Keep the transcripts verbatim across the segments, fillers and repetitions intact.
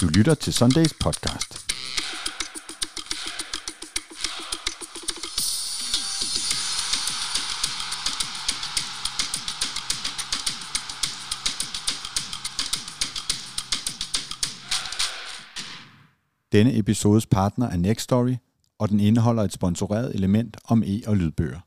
lytter til Sundays podcast. Denne episodes partner er Nextory, og den indeholder et sponsoreret element om e- og lydbøger.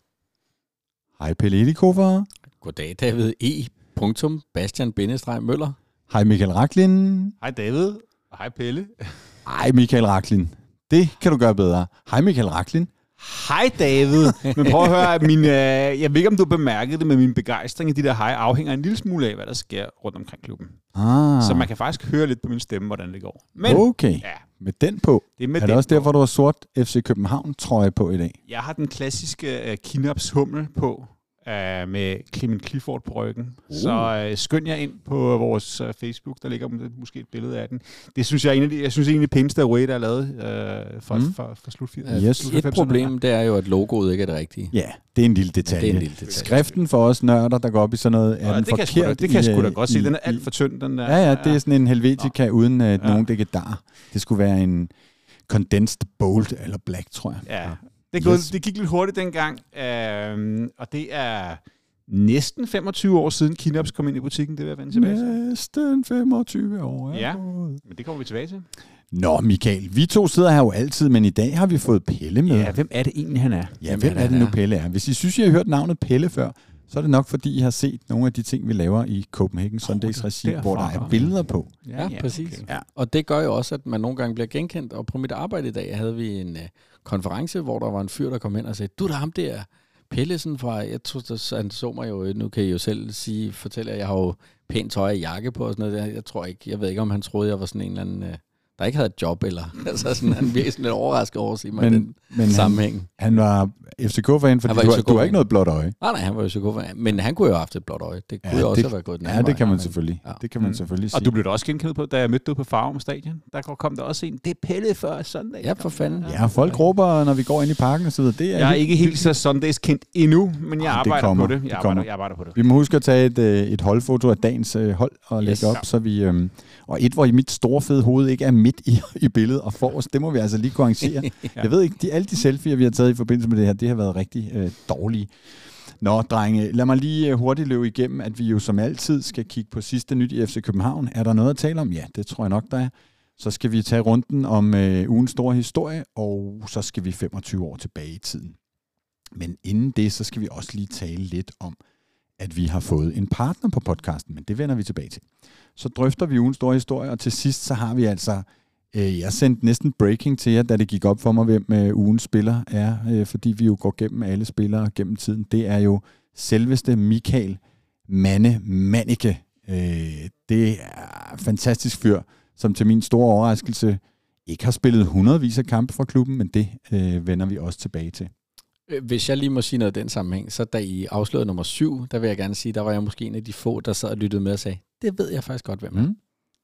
Hej Pelle Edikofer. Goddag David E. Bastian Møller. Hej Michael Raklin. Hej David. Og hej Pelle. Hej Michael Raklin. Det kan du gøre bedre. Hej Michael Raklin. Hej David. Men prøv at høre, min, øh, jeg ved ikke om du bemærkede det, med min begejstring i de der hej afhænger en lille smule af, hvad der sker rundt omkring klubben. Ah. Så man kan faktisk høre lidt på min stemme, hvordan det går. Men, okay, ja, med den på. det er, med er det den også på. derfor, du har sort F C København trøje på i dag? Jeg har den klassiske uh, Kinaps hummel på, uh, med Clement Clifford på ryggen. Uh. Så uh, skynd jer ind på vores uh, Facebook, der ligger måske et billede af den. Det synes jeg er en af de, jeg synes, en af de pæneste away, der er lavet uh, for, mm. for, for slut firserne. Yes. Et problem, det er jo, at logoet ikke er det rigtige. Ja, det er en lille detalje. Ja, det er en lille detalje. Skriften for os nørder, der går op i sådan noget, er ja, den det forkert. Kan da, det kan jeg sgu da i, godt se. Den er i, alt for tynd, den der. Ja, ja, det er sådan en Helvetica Nå. uden uh, ja. nogen dækkedar. Det skulle være en condensed bold eller black, tror jeg. Ja, det, gået, Yes. det gik lidt hurtigt dengang, øhm, og det er næsten femogtyve år siden Kinaps kom ind i butikken. Det vil jeg vende tilbage til. Næsten femogtyve år. Ja, men det kommer vi tilbage til. Nå, Michael, vi to sidder her jo altid, men i dag har vi fået Pelle med. Ja, hvem er det egentlig, han er? Ja, hvem er det nu, Pelle er? Hvis I synes, I har hørt navnet Pelle før, så er det nok, fordi I har set nogle af de ting, vi laver i Copenhagen Sundays regi, derfra, hvor der er billeder på. Ja, ja præcis. Okay. Ja. Og det gør jo også, at man nogle gange bliver genkendt. Og på mit arbejde i dag havde vi en uh, konference, hvor der var en fyr, der kom ind og sagde, du er der ham der, Pellesen fra, jeg tror, der, han så mig jo, nu kan I jo selv sige, fortælle, at jeg har jo pænt tøj og jakke på og sådan noget. Jeg tror ikke, jeg ved ikke, om han troede, jeg var sådan en eller anden, uh, der ikke havde et job, eller altså sådan, han virkelig sådan lidt overrasket over at sige mig men, den men sammenhæng. Han, han var F C K-fan, fordi du, du har ikke noget blåt øje. Nej, nej, han var jo F C K-fan, men han kunne jo have haft et blåt øje. Det kunne ja, jo også det, have været gået den Ja, anden det kan man vej. selvfølgelig. Ja. Det kan man mm. selvfølgelig sige. Og du blev da også genkendt på, da jeg mødte dig på Farum Stadion. Der kom der også en, det er Pelle før Sunday. Ja, for fanden. Ja, folk råber, når vi går ind i parken og så videre. Det er jeg er ikke helt så Sundays kendt endnu, men jeg Arh, arbejder kommer, på det. Jeg det arbejder, jeg arbejder på det. Vi må huske at tage et, et holdfoto af dagens hold og lægge Yes. op, så vi... Øhm, og et, hvor mit store fede hoved ikke er midt i, i billedet og forrest, det må vi altså lige korrigere. ja. Jeg ved ikke, de, alle de selfies, vi har taget i forbindelse med det her, det har været rigtig øh, dårlige. Nå, drenge, lad mig lige hurtigt løbe igennem, at vi jo som altid skal kigge på sidste nyt i F C København. Er der noget at tale om? Ja, det tror jeg nok, der er. Så skal vi tage runden om øh, ugens store historie, og så skal vi femogtyve år tilbage i tiden. Men inden det, så skal vi også lige tale lidt om, at vi har fået en partner på podcasten, men det vender vi tilbage til. Så drøfter vi ugens store historie, og til sidst så har vi altså, øh, jeg sendte næsten breaking til jer, da det gik op for mig, hvem øh, ugens spiller er, øh, fordi vi jo går gennem alle spillere gennem tiden. Det er jo selveste Michael Manne Mannike. Øh, det er fantastisk fyr, som til min store overraskelse ikke har spillet hundredvis af kampe for klubben, men det øh, vender vi også tilbage til. Hvis jeg lige må sige noget i den sammenhæng, så da I afslørede nummer syv, der vil jeg gerne sige, der var jeg måske en af de få, der sad og lyttede med og sagde, det ved jeg faktisk godt, hvem er. Mm.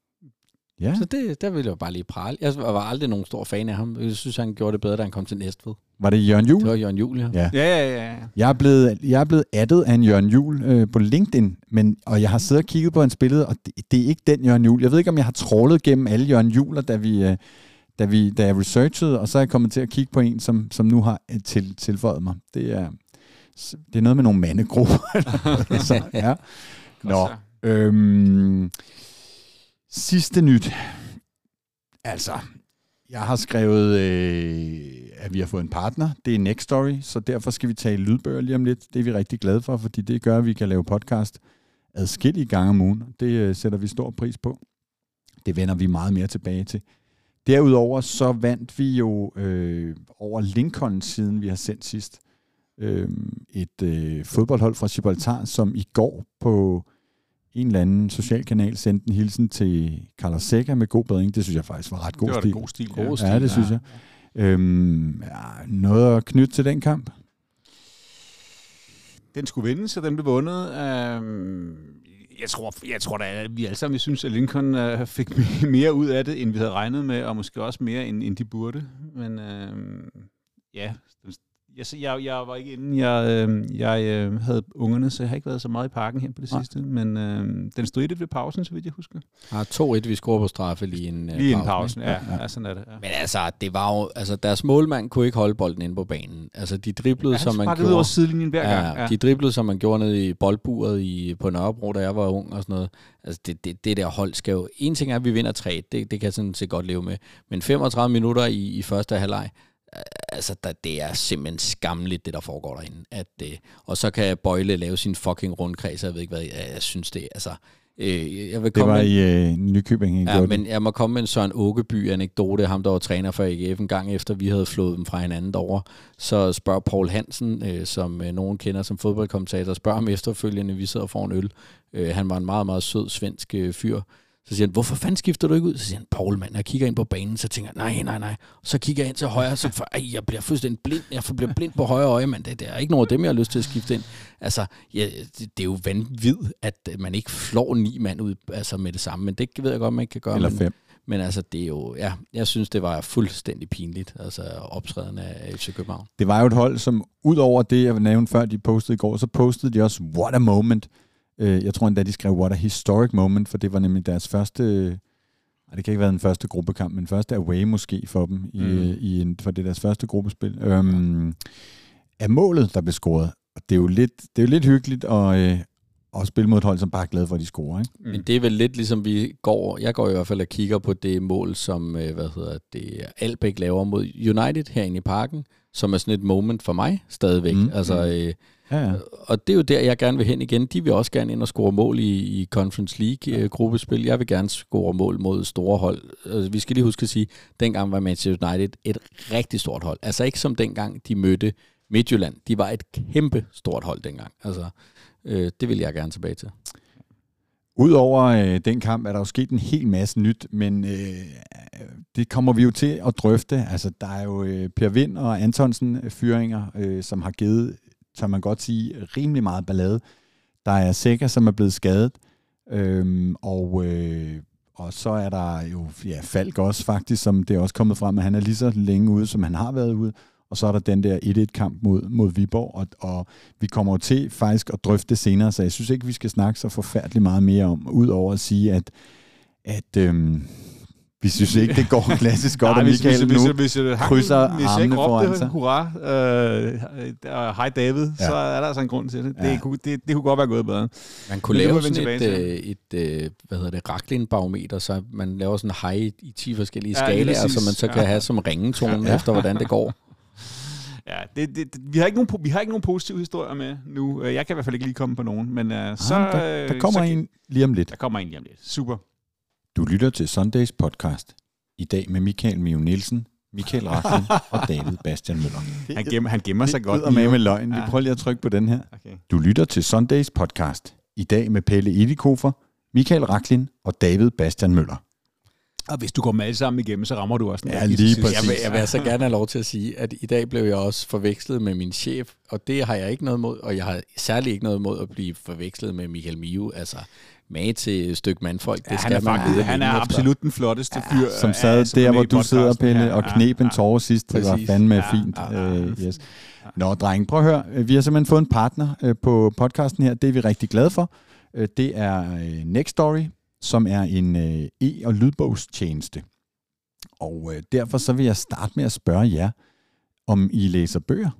Ja. Så det, der ville jeg bare lige prale. Jeg var aldrig nogen stor fan af ham. Jeg synes, han gjorde det bedre, da han kom til Næstved. Var det Jørgen Juhl? Det var Jørgen Juhl, ja. Ja, Ja, ja, ja. Jeg er blevet, jeg er blevet addet af en Jørgen Juhl øh, på LinkedIn, men, og jeg har siddet og kigget på hans billede, og det, det er ikke den Jørgen Juhl. Jeg ved ikke, om jeg har trålet gennem alle Jørgen Juhler, da vi... Øh, Da, vi, da jeg researchede, og så er jeg kommet til at kigge på en, som, som nu har til, tilføjet mig. Det er, det er noget med nogle mandegrupper. så, ja. Nå, øhm, sidste nyt. Altså, jeg har skrevet, øh, at vi har fået en partner. Det er Nextory, så derfor skal vi tale lydbøger lige om lidt. Det er vi rigtig glade for, fordi det gør, at vi kan lave podcast adskillige gange om ugen. Det øh, sætter vi stor pris på. Det vender vi meget mere tilbage til. Derudover så vandt vi jo øh, over Lincoln, siden vi har sendt sidst, øh, et øh, fodboldhold fra Gibraltar, som i går på en eller anden social kanal sendte en hilsen til Carlos Seca med god bedring. Det synes jeg faktisk var ret god stil. Det var god stil. God Ja, stil. Ja, det synes jeg. Øhm, ja, noget at knytte til den kamp? Den skulle vinde, så den blev vundet. Øhm, jeg tror, jeg tror da, at vi alle sammen synes, at Lincoln øh, fik mere ud af det, end vi havde regnet med, og måske også mere, end, end de burde. Men øhm, ja, Jeg, jeg, jeg var ikke inde. Jeg, øh, jeg øh, havde ungerne, så jeg har ikke været så meget i parken her på det Nej. sidste. Men øh, den stod et ved pausen, så vidt jeg husker. Ja, to et, vi scorer på straffe lige en øh, Lige en pausen, ja. ja. ja sådan er det. Ja. Men altså, det var jo, altså, deres målmand kunne ikke holde bolden inde på banen. Altså, de driblede, ja, som man gjorde. over sidelinjen hver gang. Ja, ja. De driblede, som man gjorde nede i boldburet i, på Nørrebro, da jeg var ung og sådan noget. Altså, det, det, det der hold skal jo... En ting er, at vi vinder tre, det, det kan jeg sådan set godt leve med. Men femogtredive minutter i, i første halvleg, altså, der, det er simpelthen skamligt, det der foregår derinde. At, øh, og så kan Bøjle lave sin fucking rundkreds, jeg ved ikke, hvad jeg, jeg synes det. Altså, øh, jeg vil det komme var med, i øh, Nykøbing. Ja, men jeg må komme med en Søren Åkeby-anekdote, ham der var træner for A G F en gang efter, vi havde flået dem fra hinanden derovre. Så spørger Paul Hansen, øh, som øh, nogen kender som fodboldkommentator, spørger ham efterfølgende, vi sidder for en øl. Øh, han var en meget, meget sød svensk øh, fyr. Så siger han, hvorfor fanden skifter du ikke ud? Så siger han, Paul, mand, jeg kigger ind på banen, så tænker jeg, nej, nej, nej. Så kigger jeg ind til højre, så for, ej, jeg bliver fuldstændig blind. Jeg bliver blind på højre øje, mand. Det, det er ikke noget af dem, jeg har lyst til at skifte ind. Altså, ja, det, det er jo vanvittigt, at man ikke flår ni mand ud altså med det samme. Men det ved jeg godt, man ikke kan gøre. Eller men, fem. Men altså, det er jo, ja, jeg synes, det var fuldstændig pinligt, altså optræden af F C København. Det var jo et hold, som ud over det, jeg nævnte før, de postede i går, så postede de også, what a moment. Jeg tror endda, de skrev, what a historic moment, for det var nemlig deres første, nej, det kan ikke være den første gruppekamp, men første away måske for dem, i, mm. i en, for det deres første gruppespil. Øhm, af målet, der blev scoret. Og det er jo lidt, det er jo lidt hyggeligt at, øh, at spille mod et hold, som bare er glad for, at de scorer. Ikke? Mm. Men det er vel lidt ligesom vi går, jeg går i hvert fald og kigger på det mål, som hvad hedder det, Albæk laver mod United herinde i parken, som er sådan et moment for mig stadigvæk. Mm. Altså, øh, Ja, ja. Og det er jo der, jeg gerne vil hen igen. De vil også gerne ind og score mål i, i Conference League-gruppespil. Jeg vil gerne score mål mod store hold. Altså, vi skal lige huske at sige, dengang var Manchester United et rigtig stort hold. Altså ikke som dengang, de mødte Midtjylland. De var et kæmpe stort hold dengang. Altså, øh, det vil jeg gerne tilbage til. Udover øh, den kamp er der jo sket en hel masse nyt, men øh, det kommer vi jo til at drøfte. Altså, der er jo øh, Per Vind og Antonsen fyringer, øh, som har givet, så man godt sige, rimelig meget ballade. Der er Sækker, som er blevet skadet, øhm, og, øh, og så er der jo ja, Falk også faktisk, som det er også kommet frem, at han er lige så længe ude, som han har været ude. Og så er der den der et et-kamp mod, mod Viborg, og, og vi kommer jo til faktisk at drøfte det senere, så jeg synes ikke, vi skal snakke så forfærdeligt meget mere om, udover at sige, at, at øhm, vi synes ikke, det går klassisk godt, og Michael hvis, nu hvis, hvis, hvis, krydser hvis armene foran sig. Hurra, øh, hej David, ja. Så er der altså en grund til det. Ja. Det, det, det, det kunne godt være gået bedre. Man kunne lave sådan et, et, et, hvad hedder det, Racklin-barometer, så man laver sådan en hej i ti forskellige ja, skalaer, som man så kan ja. have som ringetone ja. efter, hvordan det går. Ja, det, det, det, vi, har ikke nogen, vi har ikke nogen positive historier med nu. Jeg kan i hvert fald ikke lige komme på nogen. Men, uh, ah, så, der, der kommer så, en lige om lidt. Der kommer en lige om lidt. Super. Du lytter til Sundays podcast. I dag med Michael Mio Nielsen, Michael Racklin og David Bastian Møller. Han gemmer, han gemmer sig godt. Det med med løgn. Vi prøver lige at trykke på den her. Okay. Du lytter til Sundays podcast. I dag med Pelle Idikofer, Michael Racklin og David Bastian Møller. Og hvis du går med alle sammen igennem, så rammer du også en ja, lige præcis. Jeg vil, jeg vil altså gerne have lov til at sige, at i dag blev jeg også forvekslet med min chef, og det har jeg ikke noget mod, og jeg har særlig ikke noget mod at blive forvekslet med Michael Mio, altså med til et stykke mandfolk. Det ja, skal han er, man faktisk, han er absolut den flotteste fyr. Ja, som sad ja, der, hvor du sidder, Pelle, og knep en tårer sidst. Det var fandme ja, fint. Ja, ja, uh, yes. Nå, drenge, prøv at høre. Vi har simpelthen fået en partner uh, på podcasten her. Det er vi rigtig glade for. Uh, det er uh, Nextory, som er en uh, e- og lydbogstjeneste. Og uh, derfor så vil jeg starte med at spørge jer, om I læser bøger.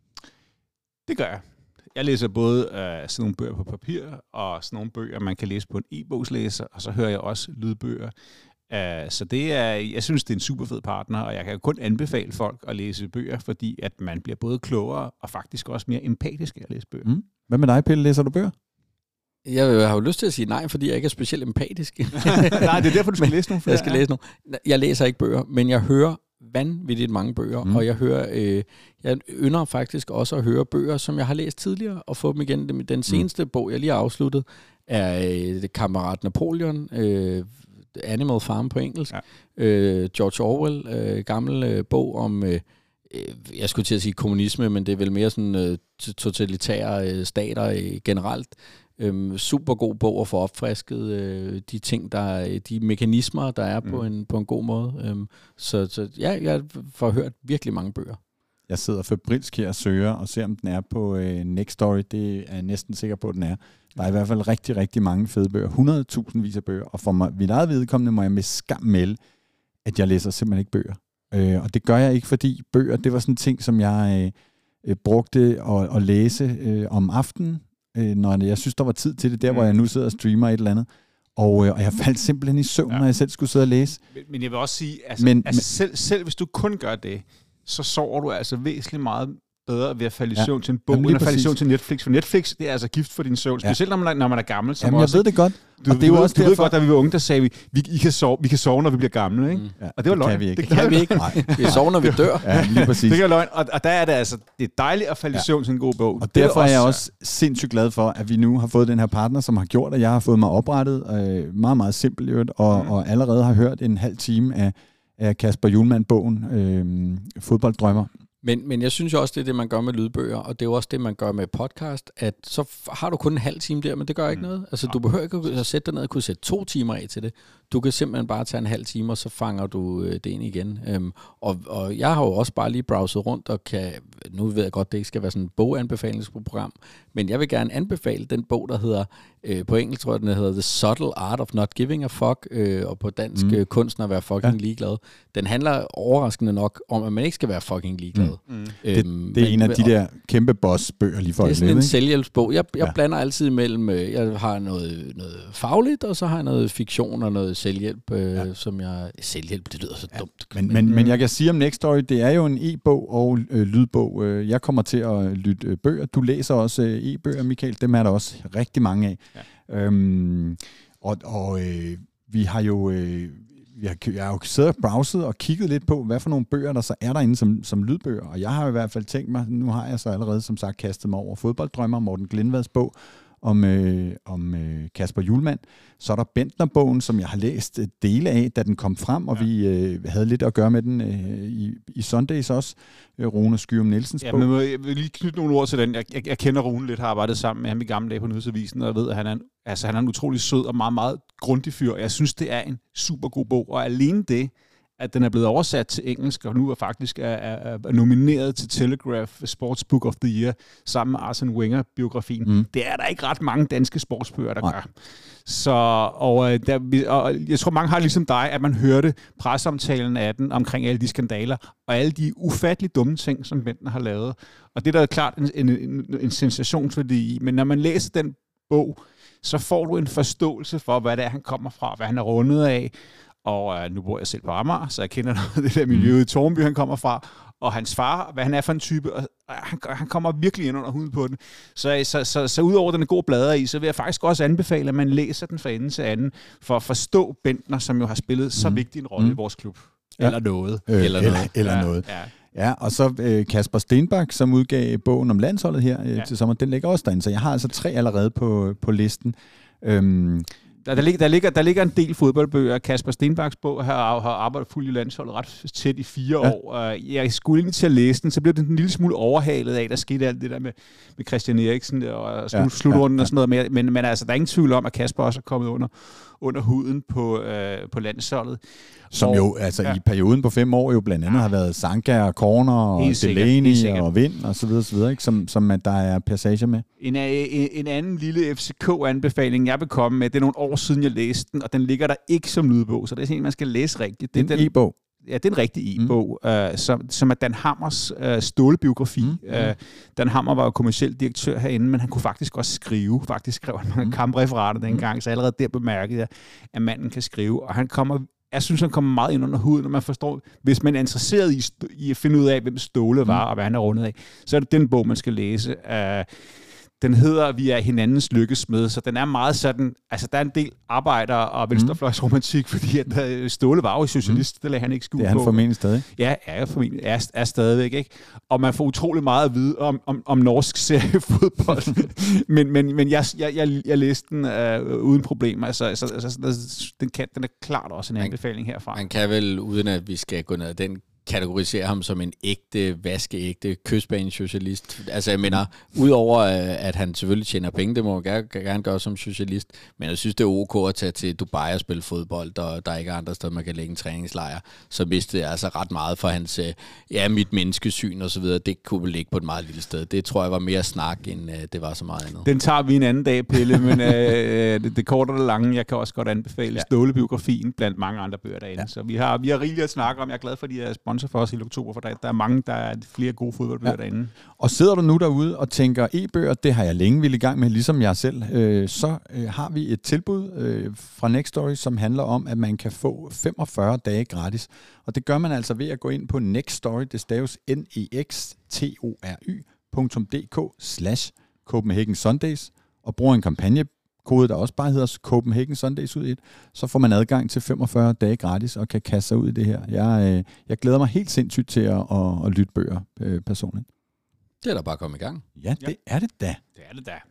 Det gør jeg. Jeg læser både uh, sådan nogle bøger på papir, og sådan nogle bøger, man kan læse på en e-bogslæser, og så hører jeg også lydbøger. Uh, så det er, jeg synes, det er en super fed partner, og jeg kan kun anbefale folk at læse bøger, fordi at man bliver både klogere, og faktisk også mere empatisk af at læse bøger. Mm. Hvad med dig, Pelle? Læser du bøger? Jeg har jo lyst til at sige nej, fordi jeg ikke er specielt empatisk. Nej, det er derfor, du skal læse nogle. Jeg skal læse nogle. Jeg læser ikke bøger, men jeg hører vanvittigt mange bøger, mm. og jeg hører, øh, jeg ynder faktisk også at høre bøger, som jeg har læst tidligere, og få dem igen. Den seneste mm. bog, jeg lige har afsluttet, er øh, Kammerat Napoleon, øh, Animal Farm på engelsk. Ja. Øh, George Orwell, øh, gammel øh, bog om, øh, jeg skulle til at sige kommunisme, men det er vel mere sådan øh, totalitære øh, stater øh, generelt. Øhm, super god bog at få opfrisket øh, de ting, der de mekanismer, der er mm. på, en, på en god måde. Øhm, så, så ja, jeg får hørt virkelig mange bøger. jeg sidder febrilsk her og søger, og ser, om den er på øh, Nextory. Det er jeg næsten sikker på, at den er. Der er i hvert fald rigtig, rigtig mange fede bøger. hundrede tusind vis af bøger. Og for mig, mit eget vedkommende må jeg med skam melde, at jeg læser simpelthen ikke bøger. Øh, og det gør jeg ikke, fordi bøger, det var sådan en ting, som jeg øh, brugte at, at læse øh, om aftenen, øh, når jeg synes, der var tid til det, der mm. hvor jeg nu sidder og streamer et eller andet. Og, øh, og jeg faldt simpelthen i søvn, ja. når jeg selv skulle sidde og læse. Men, men jeg vil også sige, altså, men, altså men, selv, selv hvis du kun gør det, så sover du altså væsentligt meget bedre ved at falde i søvn ja. til en bog, end at falde i søvn til Netflix. For Netflix, det er altså gift for din søvn. Ja. Specielt når man, når man er gammel. Som Jamen, også, jeg ved det godt. Du, og det er jo også du ved godt, da vi var unge, der sagde vi, vi, I kan sove, vi kan sove, når vi bliver gamle. Ikke? Ja, og det var løgn. Kan vi ikke. Det kan vi ikke. Nej. Vi sover, når vi dør. Ja, lige præcis. Det kan løgn. Og, og der er det altså, det er dejligt at falde ja. i søvn til en god bog. Og det derfor er jeg også sindssygt glad for, at vi nu har fået den her partner, som har gjort, at jeg har fået mig oprettet øh, meget, meget simpelt, og, mm. og allerede har hørt en halv time af, af Kasper Hjulmand-bogen, øh, Fodbolddrømmer. Men, men jeg synes jo også, det er det, man gør med lydbøger, og det er jo også det, man gør med podcast, at så har du kun en halv time der, men det gør ikke mm. noget. Altså, du behøver ikke at sætte dig ned og kunne sætte to timer af til det. Du kan simpelthen bare tage en halv time, og så fanger du øh, det ind igen. Øhm, og, og jeg har jo også bare lige browset rundt, og kan, nu ved jeg godt, det ikke skal være sådan et boganbefalingsprogram, men jeg vil gerne anbefale den bog, der hedder, øh, på engelsk tror jeg, den hedder The Subtle Art of Not Giving a Fuck, øh, og på dansk mm. kunsten at være fucking ja. ligeglad. Den handler overraskende nok om, at man ikke skal være fucking ligeglad. Mm. Mm. Det, øhm, det er en af de der kæmpe boss-bøger lige for det er sådan lidt, en ikke? selvhjælpsbog. Jeg, jeg ja. blander altid imellem, jeg har noget, noget fagligt, og så har jeg noget fiktion og noget selvhjælp, øh, ja. som jeg... Selvhjælp, det lyder så ja. dumt. Men, men, mm. men jeg kan sige om Nextory, det er jo en e-bog og øh, lydbog. Jeg kommer til at lytte øh, bøger. Du læser også øh, e-bøger, Michael. Dem er der også rigtig mange af. Ja. Øhm, og og øh, vi har jo... Øh, Jeg har jo siddet og browset og kigget lidt på, hvad for nogle bøger, der så er derinde som, som lydbøger. Og jeg har i hvert fald tænkt mig, nu har jeg så allerede som sagt kastet mig over Fodbolddrømmer, Morten Glindvads bog om, øh, om øh, Kasper Hjulmand. Så er der Bendtner-bogen, som jeg har læst dele af, da den kom frem, og ja. vi øh, havde lidt at gøre med den øh, i, i Sundays også. Øh, Rune Skyum Nielsens ja, bog. Men jeg vil lige knytte nogle ord til den. Jeg, jeg, jeg kender Rune lidt, har arbejdet sammen med ham i gamle dage på Nyhedsavisen, og jeg ved, at han er, en, altså, han er en utrolig sød og meget, meget grundig fyr. Jeg synes, det er en super god bog, og alene det, at den er blevet oversat til engelsk, og nu er faktisk er, er, er nomineret til Telegraph Sports Book of the Year, sammen med Arsene Wenger-biografien. Mm. Det er der ikke ret mange danske sportsbøger, der Nej. gør. Så, og, der, og jeg tror, mange har ligesom dig, at man hørte presseomtalen af den, omkring alle de skandaler, og alle de ufattelig dumme ting, som Bendtner har lavet. Og det der er klart en, en, en, en sensationsværdi i. Men når man læser den bog, så får du en forståelse for, hvad det er, han kommer fra, hvad han er rundet af. Og øh, nu bor jeg selv på Amager, så jeg kender noget af det der miljø i Tornby, han kommer fra. Og hans far, hvad han er for en type, og han, han kommer virkelig ind under huden på den. Så, så, så, så udover den er god bladre i, så vil jeg faktisk også anbefale, at man læser den fra ende til anden, for at forstå Bendtner, som jo har spillet så mm. vigtig en rolle mm. i vores klub. Ja. Eller noget. Øh, eller, eller noget. Eller ja, noget. Ja. Ja, og så øh, Kasper Stenbak, som udgav bogen om landsholdet her øh, ja. til sommer, den ligger også derinde. Så jeg har altså tre allerede på, på listen. Øhm, Der, der, ligger, der, ligger, der ligger en del fodboldbøger. Kasper Stenbaks bog har, har arbejdet fuldt i landsholdet ret tæt i fire ja. år. Jeg skulle egentlig til at læse den, så blev den en lille smule overhalet af, der skete alt det der med, med Christian Eriksen og slut, ja. slutrunden ja. og sådan noget. Men, men altså, der er ingen tvivl om, at Kasper også er kommet under, under huden på, øh, på landsholdet. Som og, jo altså ja. i perioden på fem år jo blandt andet ja. har været Sanka og Corner og Delaney og Vind og så videre, så videre, ikke? Som, som at der er passager med. En, en, en anden lille F C K-anbefaling, jeg vil komme med, det er nogle år siden, jeg læste den, og den ligger der ikke som lydbog, så det er sådan en, man skal læse rigtigt. Det er en e-bog. Ja, det er en rigtig e-bog, mm. øh, som, som er Dan Hammers øh, stålebiografi. Mm. Øh, Dan Hammer var jo kommerciel direktør herinde, men han kunne faktisk også skrive. Faktisk skrev han nogle mm. kampreferater dengang, så allerede der bemærkede jeg, at manden kan skrive. Og han kommer, jeg synes, han kommer meget ind under huden, når man forstår, hvis man er interesseret i, i at finde ud af, hvem Ståle var, mm. og hvad han er rundet af, så er det den bog, man skal læse. Øh, Den hedder Vi er hinandens lykkesmed, så den er meget sådan, altså der er en del arbejder og venstrefløjsromantik, fordi at Ståle var jo socialist, mm. det lader han ikke skue på. Det er han formentlig stadig. Ja, er, formentlig, er, er stadigvæk, ikke? Og man får utrolig meget at vide om, om, om norsk seriefodbold, men, men, men jeg, jeg, jeg, jeg læste den øh, uden problemer, altså, altså, altså den, kan, den er klart også en anbefaling herfra. Man kan vel, uden at vi skal gå ned ad den kategorisere ham som en ægte, vaskeægte kystbanesocialist. Altså jeg mener, udover at han selvfølgelig tjener penge, det må man gerne, gerne gøre som socialist, men jeg synes, det er ok at tage til Dubai og spille fodbold, og der er ikke andre steder, man kan lægge en træningslejr. Så mistede jeg altså ret meget for hans, ja, mit menneskesyn og så videre. Det kunne ligge på et meget lille sted. Det tror jeg var mere snak, end det var så meget andet. Den tager vi en anden dag, Pelle, men øh, det, det korte og det lange, jeg kan også godt anbefale ja. Ståle-biografien blandt mange andre bøger derinde. Ja. Så vi har, vi har rigeligt at snakke om. Jeg er glad for, at de er sponsor for os i oktober, for der, der er mange, der er flere gode fodboldbøger ja. derinde. Og sidder du nu derude og tænker e-bøger, det har jeg længe ville i gang med, ligesom jeg selv, øh, så øh, har vi et tilbud øh, fra Nextory, som handler om, at man kan få femogfyrre dage gratis. Og det gør man altså ved at gå ind på Nextory, det staves N E X T O R Y punktum D K slash Copenhagen Sundays, og bruger en kampagnekode, der også bare hedder Copenhagen Sundays ud i et, så får man adgang til femogfyrre dage gratis og kan kaste sig ud i det her. Jeg, øh, jeg glæder mig helt sindssygt til at, at, at lytte bøger øh, personligt. Det er da bare kommet i gang. Ja, det ja. er det da. Det er det da.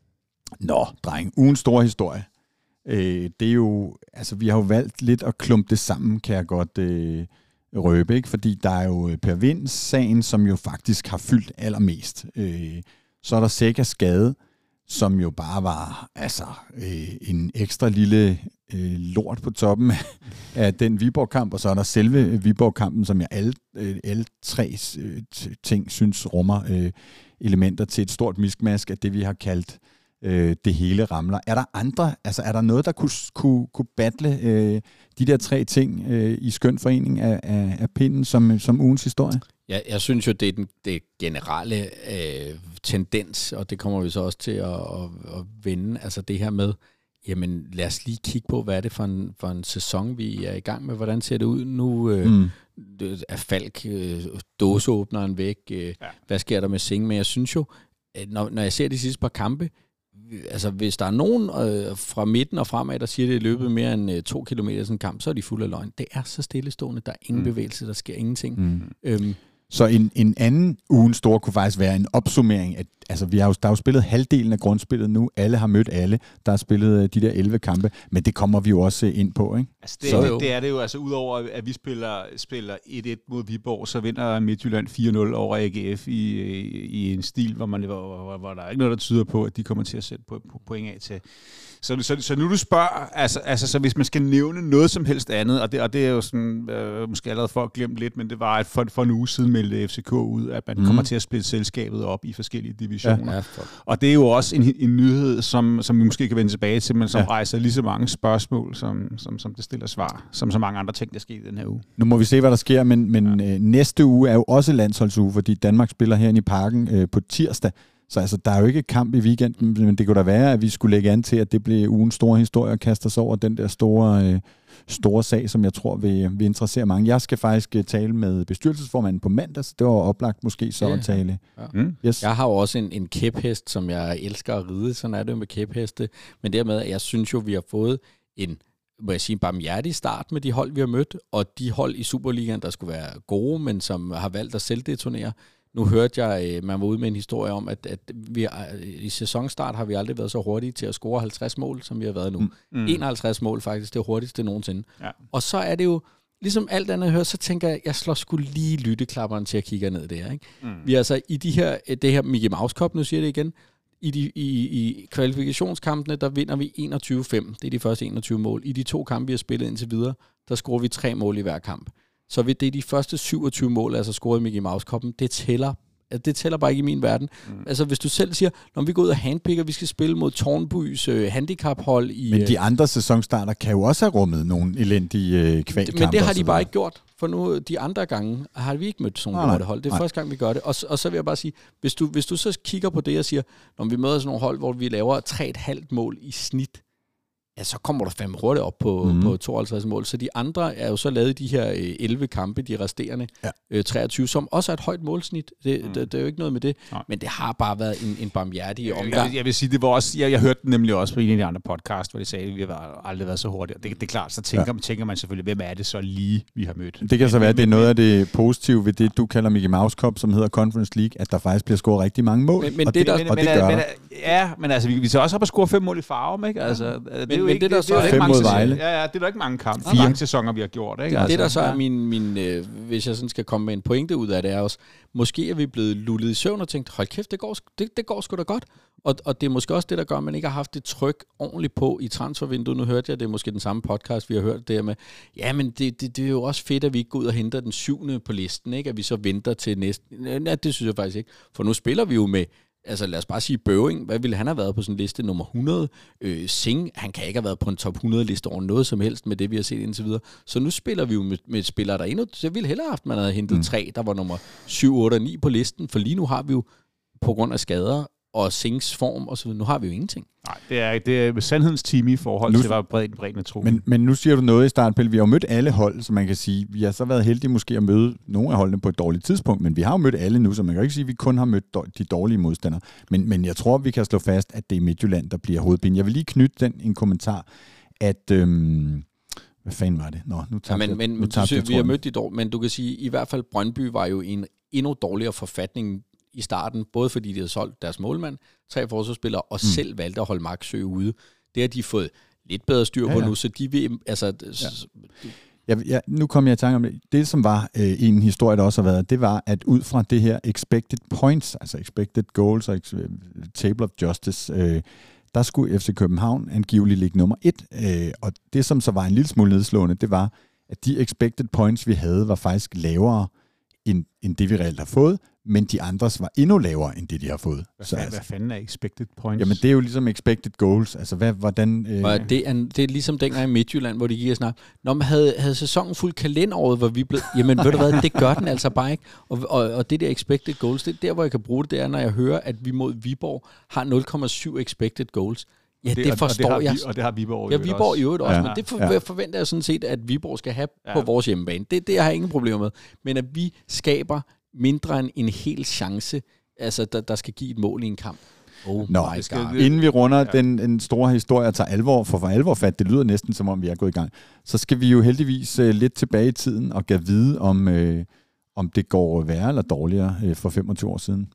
Nå, dreng, ugens store historie. Øh, det er jo, altså vi har jo valgt lidt at klumpe det sammen, kan jeg godt øh, røbe, ikke? Fordi der er jo Per Vind-sagen, som jo faktisk har fyldt allermest. Øh, så er der Segas skade, som jo bare var altså øh, en ekstra lille øh, lort på toppen af den Viborg-kamp, og så er der selve Viborg-kampen, som jeg alle, øh, alle tre øh, ting synes rummer øh, elementer til et stort miskmask af det, vi har kaldt øh, det hele ramler. Er der andre, altså er der noget, der kunne, kunne, kunne battle øh, de der tre ting øh, i skøn forening af, af, af pinden som, som ugens historie? Ja, jeg synes jo, det er den det generelle øh, tendens, og det kommer vi så også til at, at, at vende, altså det her med, jamen lad os lige kigge på, hvad er det for en, for en sæson, vi er i gang med, hvordan ser det ud nu, øh, mm. er Falk øh, dåseåbneren væk, øh, ja. Hvad sker der med Sing, men jeg synes jo, når, når jeg ser de sidste par kampe, altså hvis der er nogen øh, fra midten og fremad, der siger, at det er løbet mere end øh, to kilometer sådan en kamp, så er de fulde af løgn. Det er så stillestående, der er ingen mm. bevægelse, der sker ingenting. Mm. Øhm, Så en, en anden ugen store kunne faktisk være en opsummering. Af, altså, vi har jo, der er jo spillet halvdelen af grundspillet nu. Alle har mødt alle. Der er spillet de der elleve kampe. Men det kommer vi jo også ind på, ikke? Altså, det, så, det, det er det jo. Altså, udover at vi spiller, spiller et et mod Viborg, så vinder Midtjylland fire nul over A G F i, i en stil, hvor, man, hvor, hvor, hvor der er ikke noget, der tyder på, at de kommer til at sætte point af til. Så, så, så nu du spørger, altså, altså så hvis man skal nævne noget som helst andet, og det, og det er jo sådan, øh, måske allerede folk glemt lidt, men det var et, for, for en uge siden meldte F C K ud, at man mm. kommer til at splitte selskabet op i forskellige divisioner. Ja, ja, og det er jo også en, en nyhed, som, som vi måske kan vende tilbage til, men som ja. rejser lige så mange spørgsmål, som, som, som det stiller svar, som så mange andre ting, der sker i den her uge. Nu må vi se, hvad der sker, men, men ja. øh, næste uge er jo også landsholdsuge, fordi Danmark spiller herinde i Parken øh, på tirsdag. Så altså, der er jo ikke kamp i weekenden, men det kunne da være, at vi skulle lægge an til, at det blev ugens store historie og kaste os over den der store, øh, store sag, som jeg tror vil, vil interessere mange. Jeg skal faktisk tale med bestyrelsesformanden på mandag, så det var oplagt måske så ja. at tale. Ja. Mm. Yes. Jeg har jo også en, en kæphest, som jeg elsker at ride, sådan er det jo med kæpheste, men dermed, at jeg synes jo, vi har fået en, må jeg sige, en barmhjertig start med de hold, vi har mødt, og de hold i Superligaen, der skulle være gode, men som har valgt at selvdetonere. Nu hørte jeg, man var ude med en historie om, at, at vi, i sæsonstart har vi aldrig været så hurtige til at score halvtreds mål, som vi har været nu. Mm. enoghalvtreds mål faktisk, det hurtigste nogensinde. Ja. Og så er det jo, ligesom alt andet jeg hører, så tænker jeg, jeg slår sgu lige lytteklapperen til at kigge ned der. Ikke? Mm. Vi er altså i de her, det her Mickey Mouse Cup, nu siger jeg det igen, i, de, i, i kvalifikationskampene, der vinder vi enogtyve fem. Det er de første enogtyve mål. I de to kampe, vi har spillet indtil videre, der scorer vi tre mål i hver kamp. Så det er de første syvogtyve mål, altså scoret i Mickey Mouse Cup'en, det tæller, det tæller bare ikke i min verden. Mm. Altså hvis du selv siger, når vi går ud og handpicker, vi skal spille mod Tårnbys øh, handicaphold i... Men de andre sæsonstarter kan jo også have rummet nogle elendige øh, kvalkamper. Men det har de bare ikke gjort, for nu de andre gange har vi ikke mødt sådan nogle hold. Det er nej. første gang, vi gør det. Og, og så vil jeg bare sige, hvis du, hvis du så kigger på det og siger, når vi møder sådan nogle hold, hvor vi laver tre komma fem mål i snit, ja, så kommer der fem hurtigt op på, mm-hmm. på tooghalvtreds mål. Så de andre er jo så lavet i de her elleve kampe, de resterende ja. øh, treogtyve, som også er et højt målsnit. Det, mm. det, det er jo ikke noget med det. Nej. Men det har bare været en, en barmhjertig omgang. Jeg, jeg vil sige, det var også, jeg, jeg hørte den nemlig også på en af de andre podcast, hvor de sagde, at vi har aldrig været så hurtigt. Det, det er klart, så tænker, ja. man, tænker man selvfølgelig, hvem er det så lige, vi har mødt. Det kan så være, at det er noget af det positive ved det, du kalder Mickey Mouse Cup, som hedder Conference League, at der faktisk bliver scoret rigtig mange mål. Men, men det, det, der, og det gør men, Ja, men altså, vi, vi tager også op og score fem mål i Farum, ikke? Altså, det er jo men ikke, det, der det, så det er er ikke mange Vejle. Ja, ja, det er der ikke mange kampe. Fire. Mange sæsoner, vi har gjort. Ikke? Ja, Altså, det der så ja. er min, min øh, hvis jeg sådan skal komme med en pointe ud af det, er også, måske er vi blevet lullet i søvn og tænkt, hold kæft, det går, det, det går sgu da godt. Og, og det er måske også det, der gør, at man ikke har haft det tryk ordentligt på i transfervinduet. Nu hørte jeg, det er måske den samme podcast, vi har hørt der med, ja, men det, det, det er jo også fedt, at vi ikke går ud og henter den syvende på listen, ikke? At vi så venter til næsten. Ja, det synes jeg faktisk ikke. For nu spiller vi jo med, altså lad os bare sige Bøving. Hvad ville han have været på sådan en liste? Nummer hundrede. Øh, Singh, han kan ikke have været på en top hundrede liste over noget som helst med det, vi har set indtil videre. Så nu spiller vi jo med, med spillere, der endnu. Så jeg ville hellere have haft, man havde hentet mm. tre, der var nummer syv, otte og ni på listen. For lige nu har vi jo, på grund af skader og Singhs form og så videre, nu har vi jo ingenting. Nej, det er, det er sandhedens time i forhold nu, til, hvad bredt bredden af truppen. Men, men nu siger du noget i starten, Pelle. Vi har jo mødt alle hold, så man kan sige, vi har så været heldige måske at møde nogle af holdene på et dårligt tidspunkt, men vi har jo mødt alle nu, så man kan ikke sige, at vi kun har mødt de dårlige modstandere. Men, men jeg tror, vi kan slå fast, at det er Midtjylland, der bliver hovedpine. Jeg vil lige knytte den en kommentar, at... Øhm, hvad fanden var det? Nå, nu tabte ja, men, jeg, men, nu men tabte du, jeg vi har mødt de dårlige, men du kan sige, i hvert fald Brøndby var jo i en endnu dårligere forfatning i starten, både fordi de havde solgt deres målmand, tre forsvarsspillere, og mm. selv valgte at holde Marksø ude. Det har de fået lidt bedre styr på ja, ja. nu, så de vil... Altså, ja. Ja, ja, nu kommer jeg i tanke om det. Det, som var øh, en historie, der også har været, det var, at ud fra det her expected points, altså expected goals og ex- table of justice, øh, der skulle F C København angiveligt ligge nummer et. Øh, og det, som så var en lille smule nedslående, det var, at de expected points, vi havde, var faktisk lavere end, end det, vi reelt har fået, men de andres var endnu lavere, end det, de har fået. Hvad, så, hvad, altså, hvad fanden er expected points? Jamen, det er jo ligesom expected goals. Altså, hvad, hvordan... Øh... Og det, er, det er ligesom dengang i Midtjylland, hvor de gik og snakkede, når man havde, havde sæsonen fuld kalenderåret, hvor vi blev... Jamen, ved du hvad, det gør den altså bare ikke. Og, og, og det der expected goals, det er der, hvor jeg kan bruge det, det er, når jeg hører, at vi mod Viborg har nul komma syv expected goals. Ja, det, det forstår og det jeg. Vi, og det har Viborg ja, Viborg også. i øvrigt også, ja, men det for, ja. forventer jeg sådan set, at Viborg skal have ja. på vores hjemmebane. Det, det har jeg ingen problemer med. Men at vi skaber mindre end en hel chance, altså der, der skal give et mål i en kamp. Oh Nå, my skal, God. Inden vi runder ja. den en store historie og tager alvor, for for alvor fat, det lyder næsten som om vi er gået i gang, så skal vi jo heldigvis uh, lidt tilbage i tiden og gav vide, om, uh, om det går værre eller dårligere uh, for femogtyve år siden.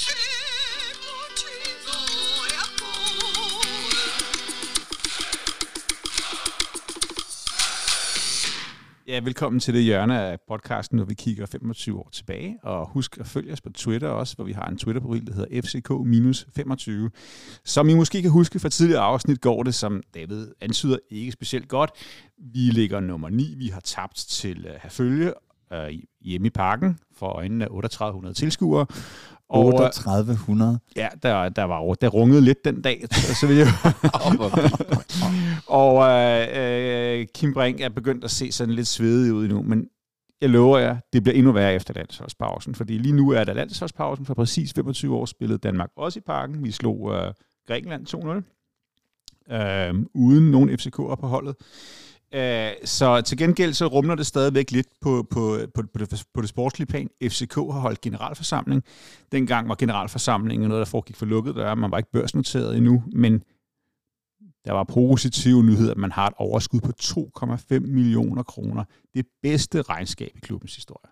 Ja, velkommen til det hjørne af podcasten, når vi kigger femogtyve år tilbage. Og husk at følge os på Twitter også, hvor vi har en Twitter-profil, der hedder F C K femogtyve. Som I måske kan huske fra tidligere afsnit, går det, som David antyder, ikke specielt godt. Vi ligger nummer ni. Vi har tabt til uh, Herfølge uh, hjemme i parken for øjnene af otteogtredive hundrede tilskuere. otteogtredive hundrede? Ja, der, der var over, der rungede lidt den dag, så vil jeg Og øh, Kim Brink er begyndt at se sådan lidt svedig ud nu, men jeg lover jer, det bliver endnu værre efter landsholdspausen, fordi lige nu er der landsholdspausen. For præcis femogtyve år spillede Danmark også i parken. Vi slog øh, Grækenland to nul, øh, uden nogen F C K'er på holdet. Uh, så til gengæld så rumler det stadigvæk lidt på, på, på, på, det, på det sportslige plan. F C K har holdt generalforsamling. Dengang var generalforsamlingen noget, der foregik for lukket døre. Man var ikke børsnoteret endnu, men der var positive nyheder, at man har et overskud på to komma fem millioner kroner. Det bedste regnskab i klubbens historie.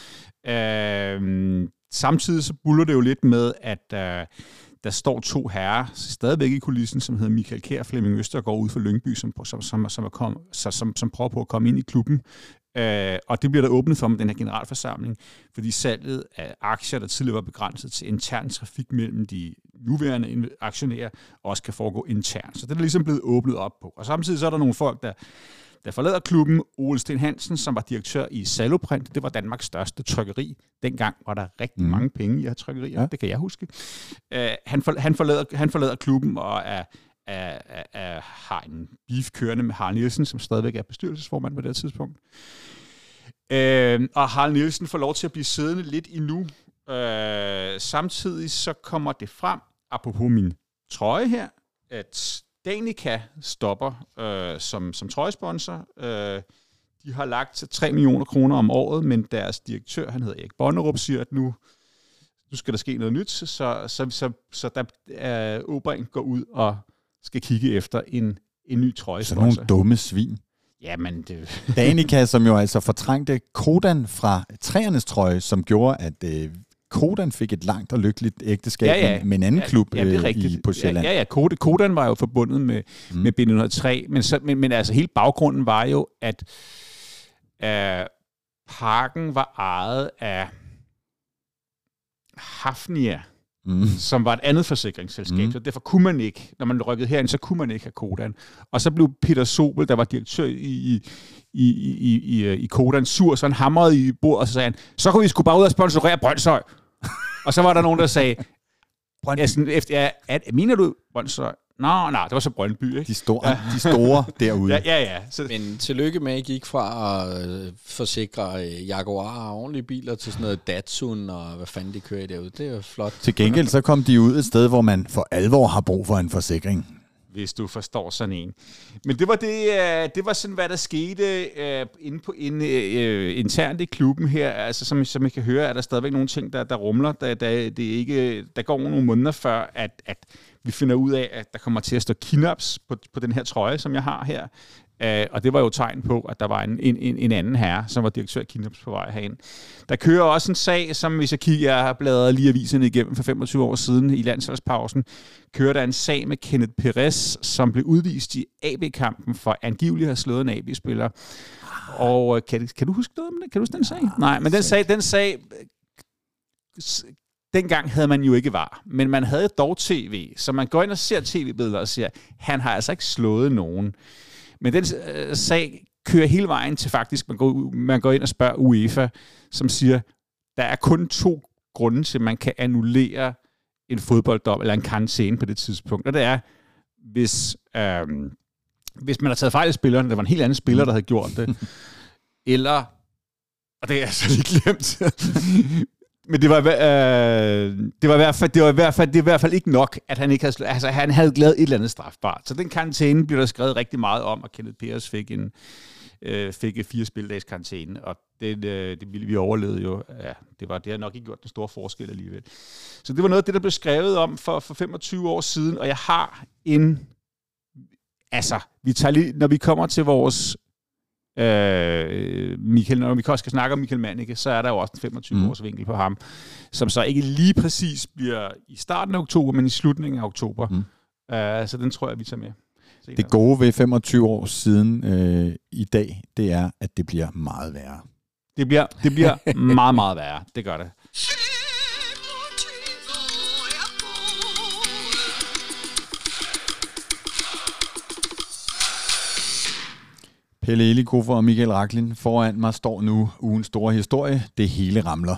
Uh, samtidig så buller det jo lidt med, at uh, der står to herrer stadigvæk i kulissen, som hedder Michael Kjær og Flemming Østergaard ude for Lyngby, som, som, som, som, er kom, som, som prøver på at komme ind i klubben. Øh, og det bliver der åbnet for med den her generalforsamling, fordi salget af aktier, der tidligere var begrænset til intern trafik mellem de nuværende aktionærer, også kan foregå internt. Så det er ligesom blevet åbnet op på. Og samtidig så er der nogle folk, der der forlader klubben. Ole Sten Hansen, som var direktør i Saloprint, det var Danmarks største trykkeri. Dengang var der rigtig mm. mange penge i at have trykkerier, ja. Det kan jeg huske. Uh, han, for, han, forlader, han forlader klubben og er, er, er, er, har en beef kørende med Harald Nielsen, som stadigvæk er bestyrelsesformand på det tidspunkt. Uh, og Harald Nielsen får lov til at blive siddende lidt endnu. Uh, samtidig så kommer det frem, apropos min trøje her, at Danica stopper øh, som, som trøjesponsor. Øh, de har lagt tre millioner kroner om året, men deres direktør, han hedder Erik Bonnerup, siger, at nu, nu skal der ske noget nyt, så, så, så, så der øh, Åbrink går ud og skal kigge efter en, en ny trøjesponsor. Så nogle dumme svin. Jamen, det... Danica, som jo altså fortrængte Kodan fra træernes trøje, som gjorde, at øh, Kodan fik et langt og lykkeligt ægteskab ja, ja. med en anden ja, klub ja, det er øh, rigtigt. i, på Sjælland. Ja, ja, Kodan, Kodan var jo forbundet med, mm. med B et nul tre, men, så, men, men altså hele baggrunden var jo, at øh, parken var ejet af Hafnia, mm. som var et andet forsikringsselskab, mm. så derfor kunne man ikke, når man rykkede herind, så kunne man ikke have Kodan. Og så blev Peter Sobel, der var direktør i, i, i, i, i, i Kodan, sur, så han hamrede i bordet, og så sagde han, så kunne vi sgu bare ud og sponsorere Brøndshøj. Og så var der nogen, der sagde, ja, sådan, efter, ja, at, mener du Brøndshøj? Nå, nej, det var så Brøndby, ikke? De store, ja. de store derude. Ja, ja, ja. Så... Men tillykke med, at I gik fra at øh, forsikre øh, Jaguar og ordentlige biler til sådan noget Datsun og hvad fanden de kører derude. Det er jo flot. Til gengæld så kom de ud et sted, hvor man for alvor har brug for en forsikring. Hvis du forstår sådan en. Men det var det, det var sådan, hvad der skete uh, inde på in, uh, internt i klubben her. Altså, som, som I kan høre, er der stadigvæk nogle ting, der, der rumler. Der, der, det ikke, der går nogle måneder før, at, at vi finder ud af, at der kommer til at stå Kinaps på, på den her trøje, som jeg har her. Uh, og det var jo tegn på, at der var en, en, en anden herre, som var direktør i Kinaps på vej herind. Der kører også en sag, som hvis jeg kigger, jeg har bladret lige aviserne igennem for femogtyve år siden i landsholdspausen, kører der en sag med Kenneth Perez, som blev udvist i A B-kampen for angiveligt at have slået en A B-spiller. Og kan, kan du huske noget om det? Kan du huske den sag? Nej, men den sag, den sag, dengang havde man jo ikke V A R, men man havde dog tv, så man går ind og ser tv-billeder og siger, han har altså ikke slået nogen. Men den øh, sag kører hele vejen til faktisk, man går, man går ind og spørger UEFA, som siger, der er kun to grunde til, at man kan annullere en fodbolddom eller en karantæne på det tidspunkt. Og det er, hvis, øh, hvis man har taget fejl i spilleren, der var en helt anden spiller, der havde gjort det, eller, og det er altså lige glemt, men det var, øh, det var i hvert fald, det var i hvert fald, det var i hvert fald ikke nok, at han ikke havde, altså han havde lavet et eller andet strafbart. Så den karantæne blev der skrevet rigtig meget om, og Kenneth Perez fik en øh, fik fire spildags karantæne, og det, øh, det ville vi overlevede jo. Ja, det var det har nok ikke gjort den store forskel alligevel. Så det var noget af det, der blev skrevet om for, for femogtyve år siden, og jeg har en, altså, vi tager lige, når vi kommer til vores Øh, Michael, når vi også skal snakke om Michael Mannicke, så er der jo også en femogtyve mm. års vinkel på ham, som så ikke lige præcis bliver i starten af oktober, men i slutningen af oktober. Mm. Uh, så den tror jeg, vi tager med. Se det der. Gode ved femogtyve år siden øh, i dag, det er, at det bliver meget værre. Det bliver, det bliver meget, meget værre. Det gør det. Pelle Elikofer og Michael Raklin. Foran mig står nu ugens store historie. Det hele ramler.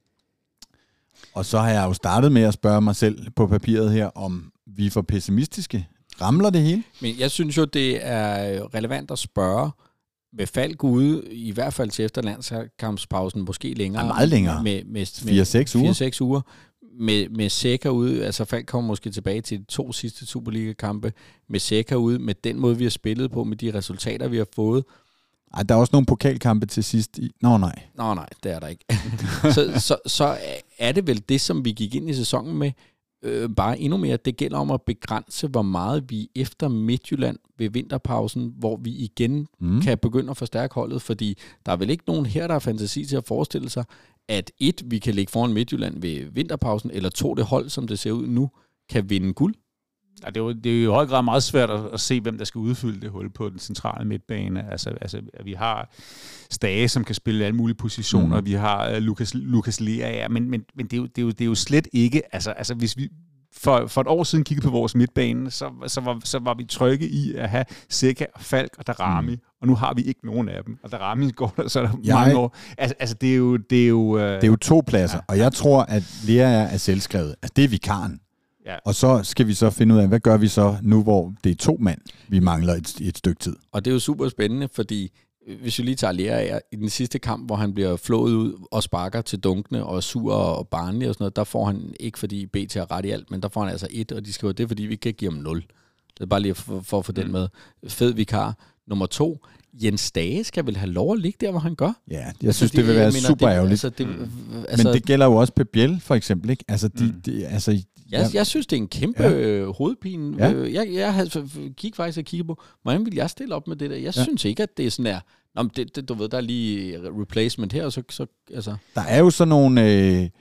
Og så har jeg jo startet med at spørge mig selv på papiret her, om vi er for pessimistiske. Ramler det hele? Men jeg synes jo, det er relevant at spørge med Falk ude, i hvert fald til efter landskampspausen, måske længere. Ja, meget længere. Med, med, fire seks uger. fire seks uger. Med, med Sækker ude, altså Falk kommer måske tilbage til de to sidste Superliga-kampe, med Sækker ude, med den måde, vi har spillet på, med de resultater, vi har fået. Ej, der er også nogle pokalkampe til sidst. I... Nå nej. Nå nej, det er der ikke. så, så, så er det vel det, som vi gik ind i sæsonen med, øh, bare endnu mere. Det gælder om at begrænse, hvor meget vi efter Midtjylland ved vinterpausen, hvor vi igen mm. kan begynde at forstærke holdet, fordi der er vel ikke nogen her, der har fantasi til at forestille sig, at et, vi kan ligge foran Midtjylland ved vinterpausen, eller to, det hold, som det ser ud nu, kan vinde guld. Ja, det, er jo, det er jo i høj grad meget svært at, at se, hvem der skal udfylde det hul på den centrale midtbane. Altså, altså vi har Stage, som kan spille alle mulige positioner. Mm. Vi har uh, Lukas, Lukas Lea, ja, men, men, men det, er jo, det, er jo, det er jo slet ikke... Altså, altså hvis vi for, for et år siden kiggede på vores midtbane, så, så, var, så var vi trygge i at have Sækker, Falk og Darami, mm. og nu har vi ikke nogen af dem. Og Darami går der så er der jeg, mange år. Altså, altså det er jo... Det er jo, uh, det er jo to pladser, ja. Og jeg tror, at Lea er selvskrevet. Altså, det er vikaren. Ja. Og så skal vi så finde ud af, hvad gør vi så nu, hvor det er to mand, vi mangler et, et stykke tid. Og det er jo super spændende, fordi hvis vi lige tager Lea i den sidste kamp, hvor han bliver flået ud og sparker til dunkene og sur og barnlig og sådan noget, der får han ikke, fordi B T har ret i alt, men der får han altså et, og de skriver, det er, fordi vi kan give ham nul. Det er bare lige for, for at få mm. den med. Fed vikar. Nummer to, Jens Stage skal vel have lov at ligge der, hvor han gør? Ja, jeg altså, synes, det, det vil være mener, super det, ærgerligt. Altså, det, mm. altså, men det gælder jo også Pep Biel, for eksempel, ikke? Altså, de, mm. de, altså, jeg, jeg, jeg synes, det er en kæmpe ja. hovedpine. Ja. Jeg, jeg havde, gik faktisk og kiggede på, hvordan vil jeg stille op med det der? Jeg ja. synes ikke, at det er sådan der, Nå, det, det, du ved, der er lige replacement her, og så, så altså. Der er jo sådan nogle, øh,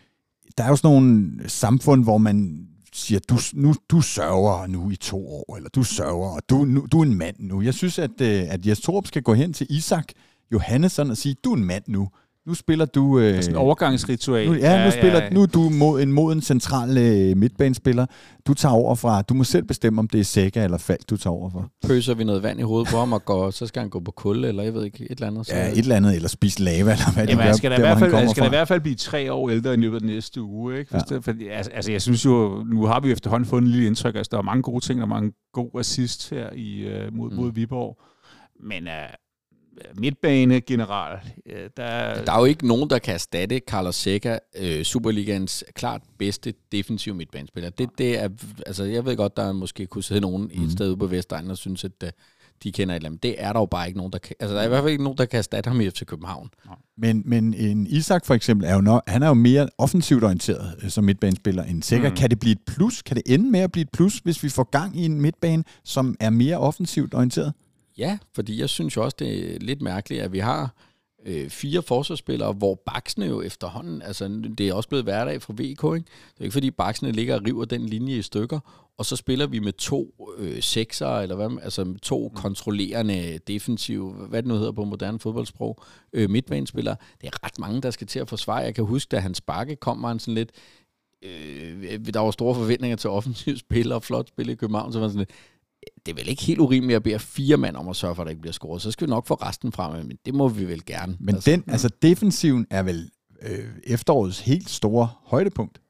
der er jo sådan nogle samfund, hvor man siger, du, nu, du sørger nu i to år, eller du sørger, og du, nu, du er en mand nu. Jeg synes, at, at Jes Torup skal gå hen til Isak Johannesson og sige, du er en mand nu. Nu spiller du... Øh, det er sådan en overgangsritual. Nu, ja, nu, ja, spiller, ja, ja. nu er du mod, en moden central øh, midtbanespiller. Du tager over fra... Du må selv bestemme, om det er Sækker eller Falk, du tager over for. Pøser vi noget vand i hovedet på ham, og går, så skal han gå på kulde, eller jeg ved ikke, et eller andet. Så... Ja, et eller andet, eller spise lava, eller hvad Jamen, det gør, skal der der, i hvert fald, han skal der i hvert fald blive tre år ældre i løbet af næste uge. Ikke? Ja. For, altså, altså, jeg synes jo, nu har vi efterhånden fået en lille indtryk, altså der er mange gode ting, og mange gode assist her i, uh, mod, mm. mod Viborg. Men... Uh, midtbane general. Der... der er jo ikke nogen, der kan erstatte Carlos Sækker, øh, Superligans klart bedste defensive midtbanespiller. Det, det er, altså, jeg ved godt, der måske kunne sidde nogen mm. i et sted ude på Vestegnen og synes, at uh, de kender et eller andet. Det er der jo bare ikke nogen, der kan. Altså, der er i hvert fald ikke nogen, der kan erstatte ham i F C København. Men, men en Isak for eksempel, er jo nok, han er jo mere offensivt orienteret øh, som midtbanespiller end Sækker. Mm. Kan det blive et plus? Kan det ende med at blive et plus, hvis vi får gang i en midtbane, som er mere offensivt orienteret? Ja, fordi jeg synes jo også, det er lidt mærkeligt, at vi har øh, fire forsvarsspillere, hvor baksene jo efterhånden, altså det er også blevet hverdag fra V K, ikke? Det er ikke fordi baksene ligger og river den linje i stykker, og så spiller vi med to øh, sekser, eller hvad, altså to kontrollerende defensive, hvad det nu hedder på moderne fodboldsprog, øh, midtbanespillere. Det er ret mange, der skal til at forsvare. Jeg kan huske, da Hans Bakke kom, var han sådan lidt, øh, der var store forventninger til offensiv spil og flot spil i København, så var sådan lidt, det er vel ikke helt urimeligt at bede fire mand om at sørge for, at der ikke bliver scoret. Så skal vi nok få resten frem, men det må vi vel gerne. Men altså, den, altså defensiven er vel øh, efterårets helt store højdepunkt.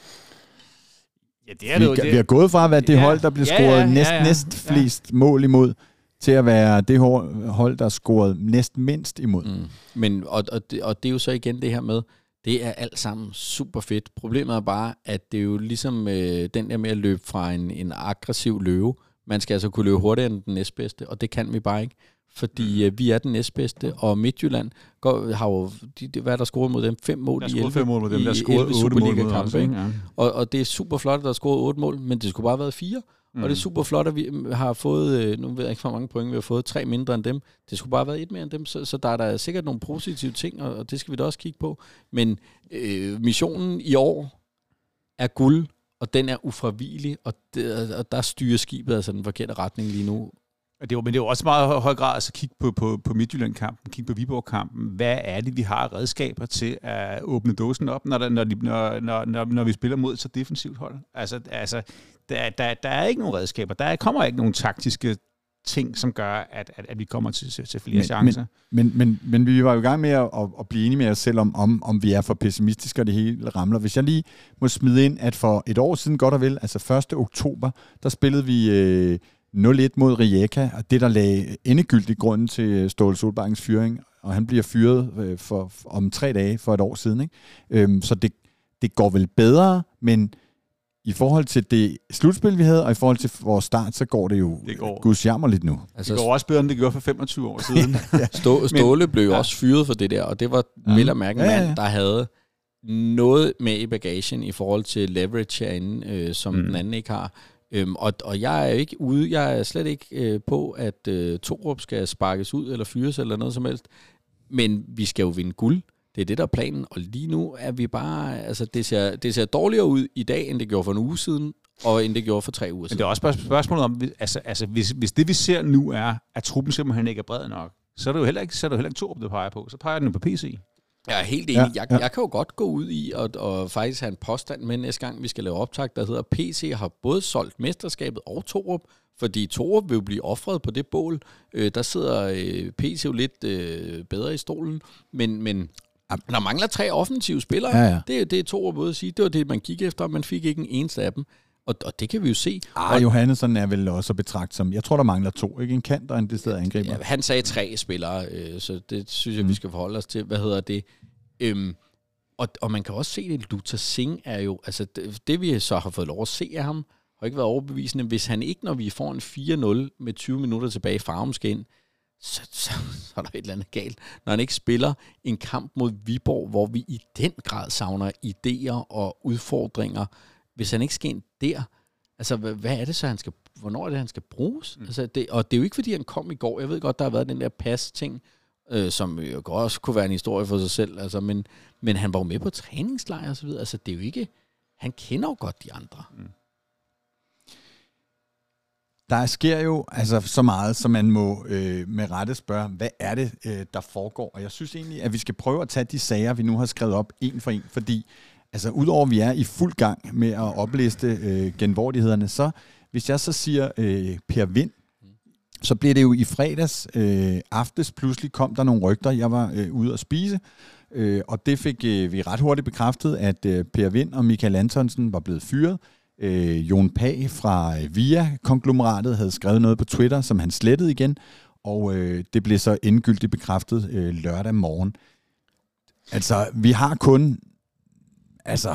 Ja, det er vi, det jo. Det... Vi har gået fra at være det ja, hold, der bliver ja, scoret ja, næst, ja, ja, næst flest ja. mål imod, til at være det hold, der er scoret næst mindst imod. Mm. Men, og, og, det, og det er jo så igen det her med, det er alt sammen super fedt. Problemet er bare, at det er jo ligesom øh, den der med at løbe fra en, en aggressiv løve. Man skal altså kunne løbe hurtigere end den næstbedste, og det kan vi bare ikke, fordi øh, vi er den næstbedste, og Midtjylland går, har jo, de, de, hvad er der scoret mod dem? Fem mål der i elleve, fem mål mod dem, der scoret otte mål mod os, ikke? Ja. Og, og det er super flot, at der er scoret otte mål, men det skulle bare have været fire. Mm. Og det er super flot, at vi har fået, nu ved jeg ikke, hvor mange point vi har fået, tre mindre end dem. Det skulle bare have været et mere end dem, så, så der er der sikkert nogle positive ting, og, og det skal vi da også kigge på. Men øh, missionen i år er guld, og den er ufravigelig, og, det, og der styrer skibet altså den forkerte retning lige nu. Det er, men det er jo også meget høj, høj grad at altså, kigge på, på, på Midtjylland-kampen, kigge på Viborg-kampen. Hvad er det, vi har redskaber til at åbne dåsen op, når, der, når, de, når, når, når, når vi spiller mod så defensivt hold? Altså, altså der, der, der er ikke nogen redskaber. Der kommer ikke nogen taktiske ting, som gør, at, at, at vi kommer til, til flere men, chancer. Men, men, men, men vi var jo i gang med at, at, at blive enige med os selv om, om, om vi er for pessimistiske, og det hele ramler. Hvis jeg lige må smide ind, at for et år siden, godt og vel, altså første oktober, der spillede vi øh, nul et mod Rijeka, og det, der lagde endegyldigt grunden til Ståle Solbakkens fyring, og han bliver fyret øh, for, for, om tre dage for et år siden. Ikke? Øhm, så det, det går vel bedre, men i forhold til det slutspil, vi havde, og i forhold til vores start, så går det jo det går. gudsjammerligt nu. Altså, det går også bedre, end det gjorde for femogtyve år siden. ja. Stå, Ståle Men, blev jo ja. også fyret for det der, og det var mm. vel at mærke en mand, ja, ja. der havde noget med i bagagen i forhold til leverage herinde, øh, som mm. den anden ikke har. Øhm, og, og jeg er ikke ude, jeg er slet ikke øh, på, at øh, Torup skal sparkes ud, eller fyres, eller noget som helst. Men vi skal jo vinde guld. Det er det, der er planen, og lige nu er vi bare, altså det ser, det ser dårligere ud i dag, end det gjorde for en uge siden, og end det gjorde for tre uger siden. Men det er også bare spørgsmålet om, altså, altså hvis, hvis det vi ser nu er, at truppen simpelthen ikke er bred nok, så er det jo heller ikke, så er det jo heller ikke Torup, der peger på, så peger den på P C. Jeg er helt enig. Jeg, jeg kan jo godt gå ud i og, og faktisk have en påstand med næste gang, vi skal lave optag, der hedder, P C har både solgt mesterskabet og Torup, fordi Torup vil jo blive offret på det bål. Øh, der sidder øh, P C jo lidt øh, bedre i stolen, men, men der mangler tre offensive spillere. Ja, ja. Det, det er Torup ude at sige. Det var det, man gik efter, og man fik ikke en eneste af dem. Og, og det kan vi jo se. Ah, og Johannesson er vel også at betragte som, jeg tror, der mangler to, ikke? En kant og en decideret angriber. Ja, han sagde tre spillere, øh, så det synes jeg, mm. vi skal forholde os til. Hvad hedder det? Øhm, og, og man kan også se det, Luther Singh er jo, altså det, det vi så har fået lov at se af ham, har ikke været overbevisende. Hvis han ikke, når vi får en fire nul med tyve minutter tilbage i farven skal ind, så, så, så er der et eller andet galt. Når han ikke spiller en kamp mod Viborg, hvor vi i den grad savner idéer og udfordringer, hvis han ikke skal ind der, altså hvad, hvad er det så, han skal, hvornår er det, han skal bruges? Mm. Altså, det, og det er jo ikke, fordi han kom i går. Jeg ved godt, der har været den der pas-ting, øh, som jo også kunne være en historie for sig selv, altså, men, men han var jo med på træningslejr og så videre, altså det er jo ikke, han kender jo godt de andre. Mm. Der sker jo altså så meget, som man må øh, med rette spørge, hvad er det, øh, der foregår? Og jeg synes egentlig, at vi skal prøve at tage de sager, vi nu har skrevet op, en for en, fordi altså udover at vi er i fuld gang med at opliste øh, genvordighederne, så hvis jeg så siger øh, Per Vind, så blev det jo i fredags øh, aftes, pludselig kom der nogle rygter, jeg var øh, ude at spise, øh, og det fik øh, vi ret hurtigt bekræftet, at øh, Per Vind og Michael Antonsen var blevet fyret. Øh, Jon Pagh fra øh, Via-konglomeratet havde skrevet noget på Twitter, som han slettede igen, og øh, det blev så endegyldigt bekræftet øh, lørdag morgen. Altså, vi har kun altså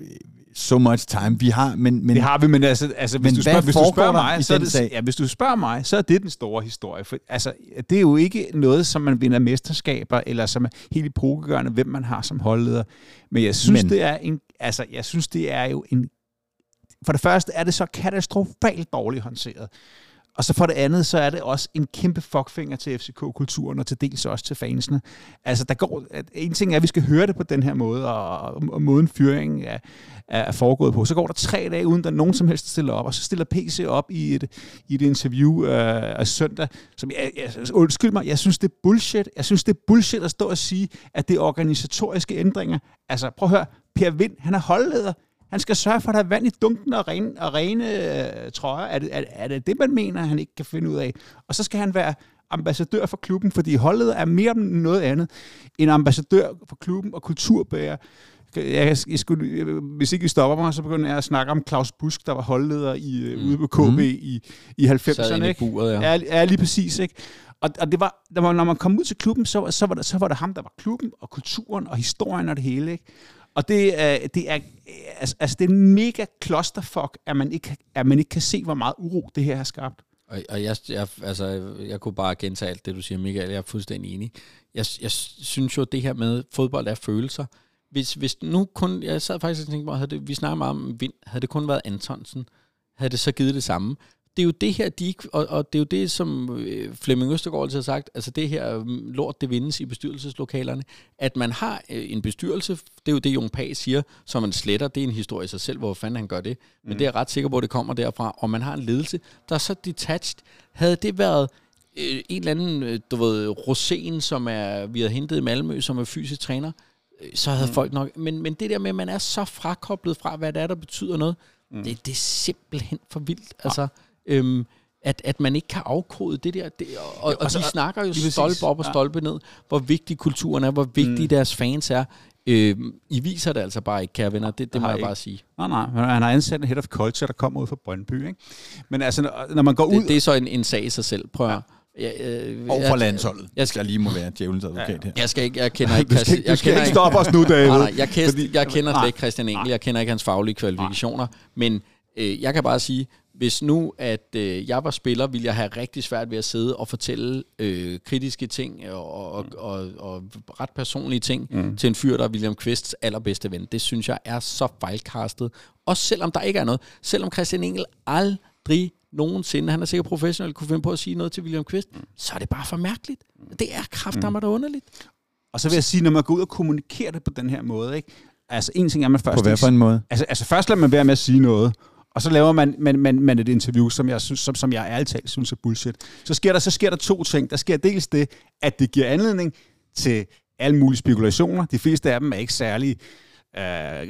so much time. Vi har, men, men det har vi, men altså, altså hvis, men du spørger, hvis du spørger mig, så er det, sag? ja, hvis du spørger mig, så er det den store historie. For, altså, det er jo ikke noget, som man vinder mesterskaber eller som er helt epokegørende, hvem man har som holdleder. Men jeg synes, men. det er en, altså, jeg synes, det er jo en. For det første er det så katastrofalt dårligt håndteret. Og så for det andet, så er det også en kæmpe fuckfinger til F C K-kulturen, og til dels også til fansene. Altså, der går, en ting er, at vi skal høre det på den her måde, og, og måden fyringen er, er foregået på. Så går der tre dage, uden der nogen som helst stiller op, og så stiller P C op i et, i et interview øh, af søndag, som jeg, jeg, undskyld mig, jeg synes, det er bullshit. Jeg synes, det er bullshit at stå og sige, at det er organisatoriske ændringer. Altså, prøv at høre, Per Vind, han er holdleder. Han skal sørge for, at der er vand i dunken og rene, og rene øh, trøjer. Er det, er, er det det, man mener, han ikke kan finde ud af? Og så skal han være ambassadør for klubben, fordi holdet er mere end noget andet. En ambassadør for klubben og kulturbærer. Jeg, jeg skulle, hvis ikke I stopper mig, så begynder jeg at snakke om Claus Busk, der var holdleder i, mm. ude på K B mm. i, i halvfemserne. Ikke? Buret, ja. Er, er lige præcis, ikke? Og, og det var, der var, når man kom ud til klubben, så, så, var det, så var det ham, der var klubben og kulturen og historien og det hele, ikke? Og det er, det er, altså, altså det er en mega clusterfuck, at man ikke, at man ikke kan se, hvor meget uro det her har skabt. Og, og jeg, jeg, altså, jeg kunne bare gentage alt det, du siger, Michael. Jeg er fuldstændig enig. Jeg, jeg synes jo, det her med fodbold er følelser. Hvis, hvis nu kun, jeg sad faktisk og tænkte mig, havde det, vi snakker meget om Vind, havde det kun været Antonsen, havde det så givet det samme. Det er jo det her, de ikke, og, og det er jo det, som Flemming Østergaard altid har sagt, altså det her lort, det vindes i bestyrelseslokalerne, at man har en bestyrelse, det er jo det, Jon Pagh siger, som man sletter, det er en historie i sig selv, hvor fanden han gør det, men mm. det er jeg ret sikker på, at det kommer derfra, og man har en ledelse, der er så detached. Havde det været øh, en eller anden, du ved, Rosén, som er, vi har hentet i Malmø, som er fysisk træner, øh, så havde mm. folk nok, men, men det der med, at man er så frakoblet fra, hvad det er, der betyder noget, mm. det, det er simpelthen for vildt, altså. Ja. Øhm, at, at man ikke kan afkode det der. Det, og, ja, og, og de snakker jo stolpe op og stolpe ja. ned, hvor vigtig kulturen er, hvor vigtige mm. deres fans er. Øhm, I viser det altså bare ikke, kære venner. Det, det må jeg ikke. bare sige. Nej, nej. Han har ansat en head of culture, der kommer ud fra Brøndby. Ikke? Men altså, når, når man går det, ud... Det er så en, en sag i sig selv. Prøv at... Ja. Ja, øh, og for landsholdet. Jeg skal lige må være djævelens advokat her. Jeg skal ikke, jeg kender ikke du skal, du skal ikke stoppe os nu, David. Nej, nej, jeg, kæst, fordi, jeg kender slet ikke Christian Engel. Jeg kender ikke hans faglige kvalifikationer. Nej. Men øh, jeg kan bare sige, hvis nu, at øh, jeg var spiller, ville jeg have rigtig svært ved at sidde og fortælle øh, kritiske ting og, og, og, og ret personlige ting mm. til en fyr, der er William Kvists allerbedste ven. Det synes jeg er så fejlkastet. Også selvom der ikke er noget. Selvom Christian Engel aldrig nogensinde, han er sikkert professionel, kunne finde på at sige noget til William Kvist, mm. så er det bare for mærkeligt. Det er kraftedeme der underligt. Og så vil jeg sige, når man går ud og kommunikerer det på den her måde, ikke? Altså en ting er, man først... På hvad for en måde? Altså, altså først lader man være med at sige noget, og så laver man, man, man, man et interview, som jeg, synes, som, som jeg ærligt talt synes er bullshit. Så sker, der, så sker der to ting. Der sker dels det, at det giver anledning til alle mulige spekulationer. De fleste af dem er ikke særlig øh,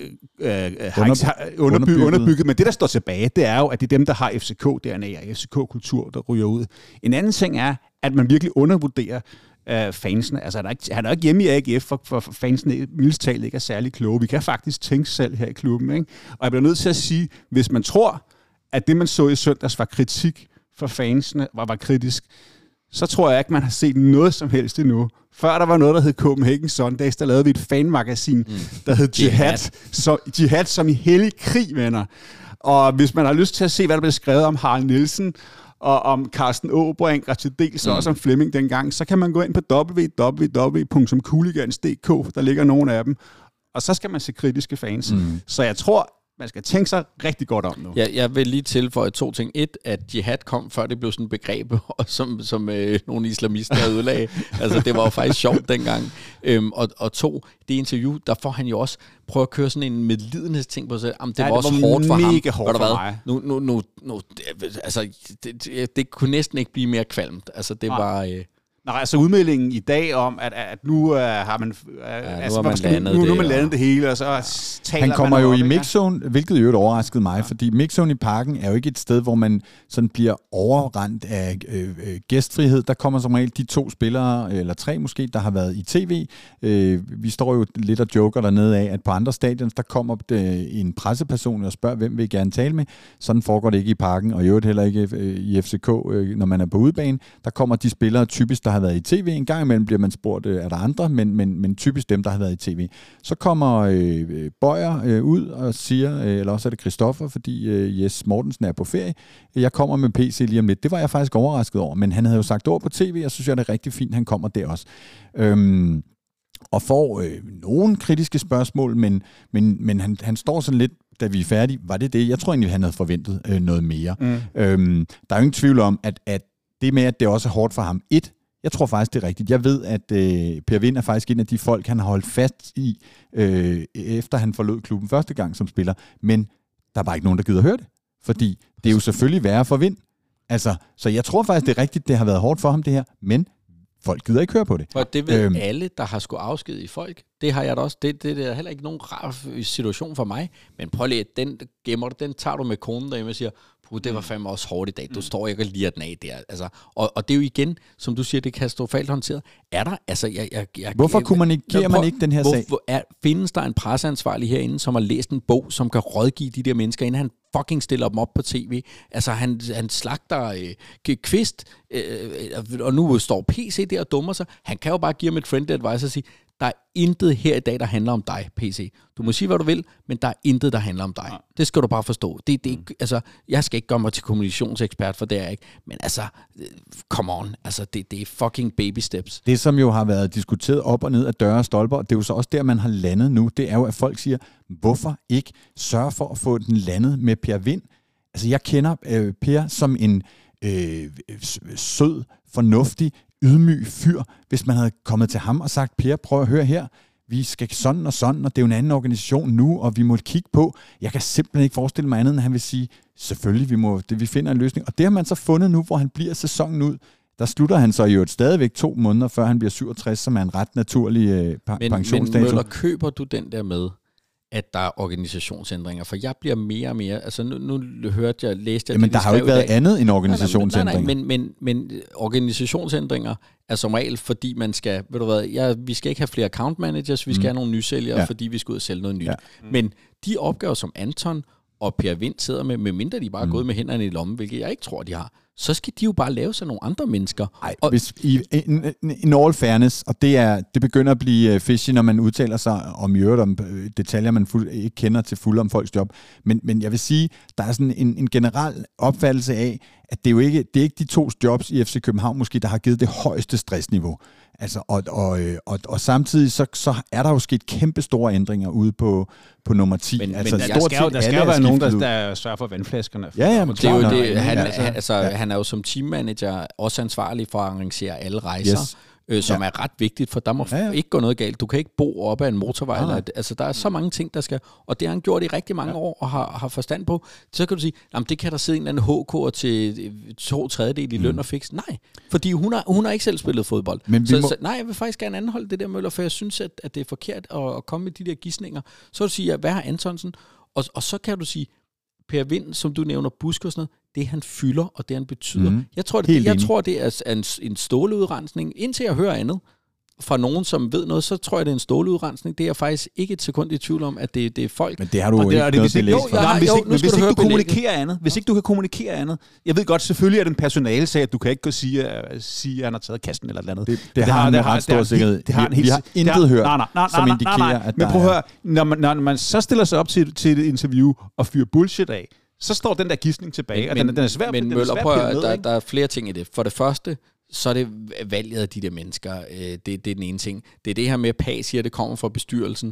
øh, underbygget. underbygget, underbygget. Men det, der står tilbage, det er jo, at det er dem, der har F C K-D N A og F C K-kultur, der ryger ud. En anden ting er, at man virkelig undervurderer øh, fansene. Altså, han er, ikke, han er ikke hjemme i A G F, for, for fansene mildest talt ikke er særlig kloge. Vi kan faktisk tænke selv her i klubben. Ikke? Og jeg bliver nødt til at sige, hvis man tror, at det, man så i søndags, var kritik for fansene, var, var kritisk, så tror jeg ikke, man har set noget som helst endnu. Før der var noget, der hed Copenhagen Sundays, der lavede vi et fanmagasin, mm. der hed Jihad, så, Jihad som i hellig krig, venner. Og hvis man har lyst til at se, hvad der blev skrevet om Harald Nielsen, og om Carsten Åbrink, og til dels mm. også om Flemming dengang, så kan man gå ind på w w w punktum cooligans punktum d k, der ligger nogle af dem, og så skal man se kritiske fans. Mm. Så jeg tror, man skal tænke sig rigtig godt om nu. Ja, jeg vil lige tilføje to ting. Et, at jihad kom, før det blev sådan et begreb, som, som øh, nogle islamister havde udlagde. Altså, det var jo faktisk sjovt dengang. Øhm, og, og to, det interview, der får han jo også prøve at køre sådan en medlidenhedsting på sig. Jamen, det, ja, var det også var hårdt for ham. Mega hårdt for mig. Nu, nu, nu, nu, det, altså, det, det, det kunne næsten ikke blive mere kvalmt. Altså, det Nej. var... Øh, Nej, altså udmeldingen i dag om, at, at nu uh, har man, uh, ja, nu altså, man landet nu, nu, det, nu man landet og... det hele, og så ja. taler han kommer man jo om, i mixzone, hvilket jo overraskede mig, ja. fordi mixzone i Parken er jo ikke et sted, hvor man sådan bliver overrendt af øh, øh, gæstfrihed. Der kommer som regel de to spillere, eller tre måske, der har været i tv. Øh, vi står jo lidt og joker dernede af, at på andre stadion, der kommer øh, en presseperson og spørger, hvem vil I gerne tale med. Sådan foregår det ikke i Parken, og i øvrigt heller ikke øh, i F C K, øh, når man er på udebane. Der kommer de spillere typisk, der har været i tv. En gang imellem bliver man spurgt, øh, er der andre, men, men, men typisk dem, der har været i tv. Så kommer øh, Bøjer øh, ud og siger, øh, eller også er det Christoffer, fordi øh, Jes Mortensen er på ferie. Jeg kommer med P C lige om lidt. Det var jeg faktisk overrasket over, men han havde jo sagt ord på tv, og så synes jeg, det er rigtig fint, han kommer der også. Øhm, og får øh, nogle kritiske spørgsmål, men, men, men han, han står sådan lidt, da vi er færdige, var det det? Jeg tror egentlig, han havde forventet øh, noget mere. Mm. Øhm, der er jo ingen tvivl om, at, at det med, at det også er hårdt for ham. Et, jeg tror faktisk, det er rigtigt. Jeg ved, at øh, Per Vind er faktisk en af de folk, han har holdt fast i, øh, efter han forlod klubben første gang som spiller. Men der er bare ikke nogen, der gider høre det. Fordi det er jo selvfølgelig værre for Vind. Altså, så jeg tror faktisk, det er rigtigt, det har været hårdt for ham, det her. Men folk gider ikke høre på det. Og det ved øhm. alle, der har skulle afskedige folk. Det har jeg da også. Det, det, det er heller ikke nogen rar situation for mig. Men prøv lige, den gemmer du, den tager du med konen derhjemme og siger, puh, det var fandme også hårdt i dag. Du står ikke og lirer den af der. Altså, og, og det er jo igen, som du siger, det er katastrofalt håndteret. Er der, altså, jeg... jeg, jeg Hvorfor kommunikerer man ikke den her hvor, sag? Hvor er, findes der en presseansvarlig herinde, som har læst en bog, som kan rådgive de der mennesker, inden han fucking stiller dem op på tv? Altså, han, han slagter øh, Kvist, øh, og nu står P C der og dummer sig. Han kan jo bare give ham et friendly advice og sige, der er intet her i dag, der handler om dig, P C. Du må sige, hvad du vil, men der er intet, der handler om dig. Ja. Det skal du bare forstå. Det, det, mm. altså, jeg skal ikke gøre mig til kommunikationsekspert, for det er jeg ikke. Men altså, come on. Altså, det, det er fucking baby steps. Det, som jo har været diskuteret op og ned af døre og stolper, det er jo så også der, man har landet nu, det er jo, at folk siger, hvorfor ikke sørge for at få den landet med Per Vind? Altså, jeg kender øh, Per som en øh, sød, fornuftig, ydmyg fyr, hvis man havde kommet til ham og sagt, Per, prøv at høre her, vi skal sådan og sådan, og det er jo en anden organisation nu, og vi må kigge på. Jeg kan simpelthen ikke forestille mig andet, end han vil sige, selvfølgelig, vi, må, det, vi finder en løsning. Og det har man så fundet nu, hvor han bliver sæsonen ud. Der slutter han så jo et stadigvæk to måneder, før han bliver syvogtres, som er en ret naturlig øh, pensionsdato. Men Møller, køber du den der med, at der er organisationsændringer? For jeg bliver mere og mere... Altså nu, nu hørte jeg, læste jeg... Jamen det, der har jo ikke været andet end organisationsændringer. Nej, nej, men, men, men organisationsændringer er som regel, fordi man skal... Ved du hvad, ja, vi skal ikke have flere account managers, vi skal mm. have nogle nye sælgere, ja. fordi vi skal ud og sælge noget nyt. Ja. Mm. Men de opgaver, som Anton og Per Vind sidder med, medmindre de bare er mm. gået med hænderne i lommen, hvilket jeg ikke tror, de har, så skal de jo bare lave sig nogle andre mennesker. Ej, og hvis i in, in all fairness, og det er det begynder at blive fishy, når man udtaler sig om i øvrigt om detaljer, man fuld, ikke kender til fulde om folks job. Men, men jeg vil sige, der er sådan en, en generel opfattelse af, at det er jo ikke, det er ikke de to jobs i F C København måske, der har givet det højeste stressniveau. Altså, og, og, og, og samtidig så, så er der jo sket kæmpe store ændringer ude på, på nummer ti. Men, altså, men der skal jo, der skal jo være nogen, der, der sørger for vandflaskerne. Ja, ja, men det er jo det. Han, altså, altså, ja. han er jo som teammanager også ansvarlig for at arrangere alle rejser. Yes. Øh, som ja. er ret vigtigt, for der må ja, ja. ikke gå noget galt. Du kan ikke bo oppe af en motorvej. Ja. Eller, altså, der er så mange ting, der skal... Og det har han gjort i rigtig mange ja. år, og har, har forstand på. Så kan du sige, jamen, det kan der sidde en eller anden H K'er til to tredjedel i løn mm. og fix. Nej, fordi hun har, hun har ikke selv spillet fodbold. Men så, må... så, nej, jeg vil faktisk gerne anholde det der, Møller, for jeg synes, at, at det er forkert at, at komme med de der gidsninger. Så vil du sige, hvad har Antonsen? Og, og så kan du sige, Per Vind, som du nævner, Busk og sådan noget, det han fylder, og det han betyder. Mm. Jeg tror, det, jeg tror, det er en, en ståleudrensning. Indtil jeg hører andet fra nogen, som ved noget, så tror jeg, det er en ståleudrensning. Det er jeg faktisk ikke et sekund i tvivl om, at det, det er folk. Men det har du jo ikke noget belæg for. Hvis ikke, hvis ikke du kommunikerer andet, hvis ikke du kan kommunikere andet. Jeg ved godt, selvfølgelig er det en personalesag, at du kan ikke sige, sige, at han har taget kasten eller andet. Det, det, det har han med ret stor sikkerhed. Det har vi, vi har intet hørt, nej, nej, nej, som indikerer, nej, nej, nej. at der Men prøv at høre, når man, når man så stiller sig op til, til et interview og fyrer bullshit af, så står den der gidsning tilbage, men, og den, den er svær. Men Møller, prøv at der, der er flere ting i det. For det første, så er det valget af de der mennesker. Det, det er den ene ting. Det er det her med, at P A siger, at det kommer fra bestyrelsen,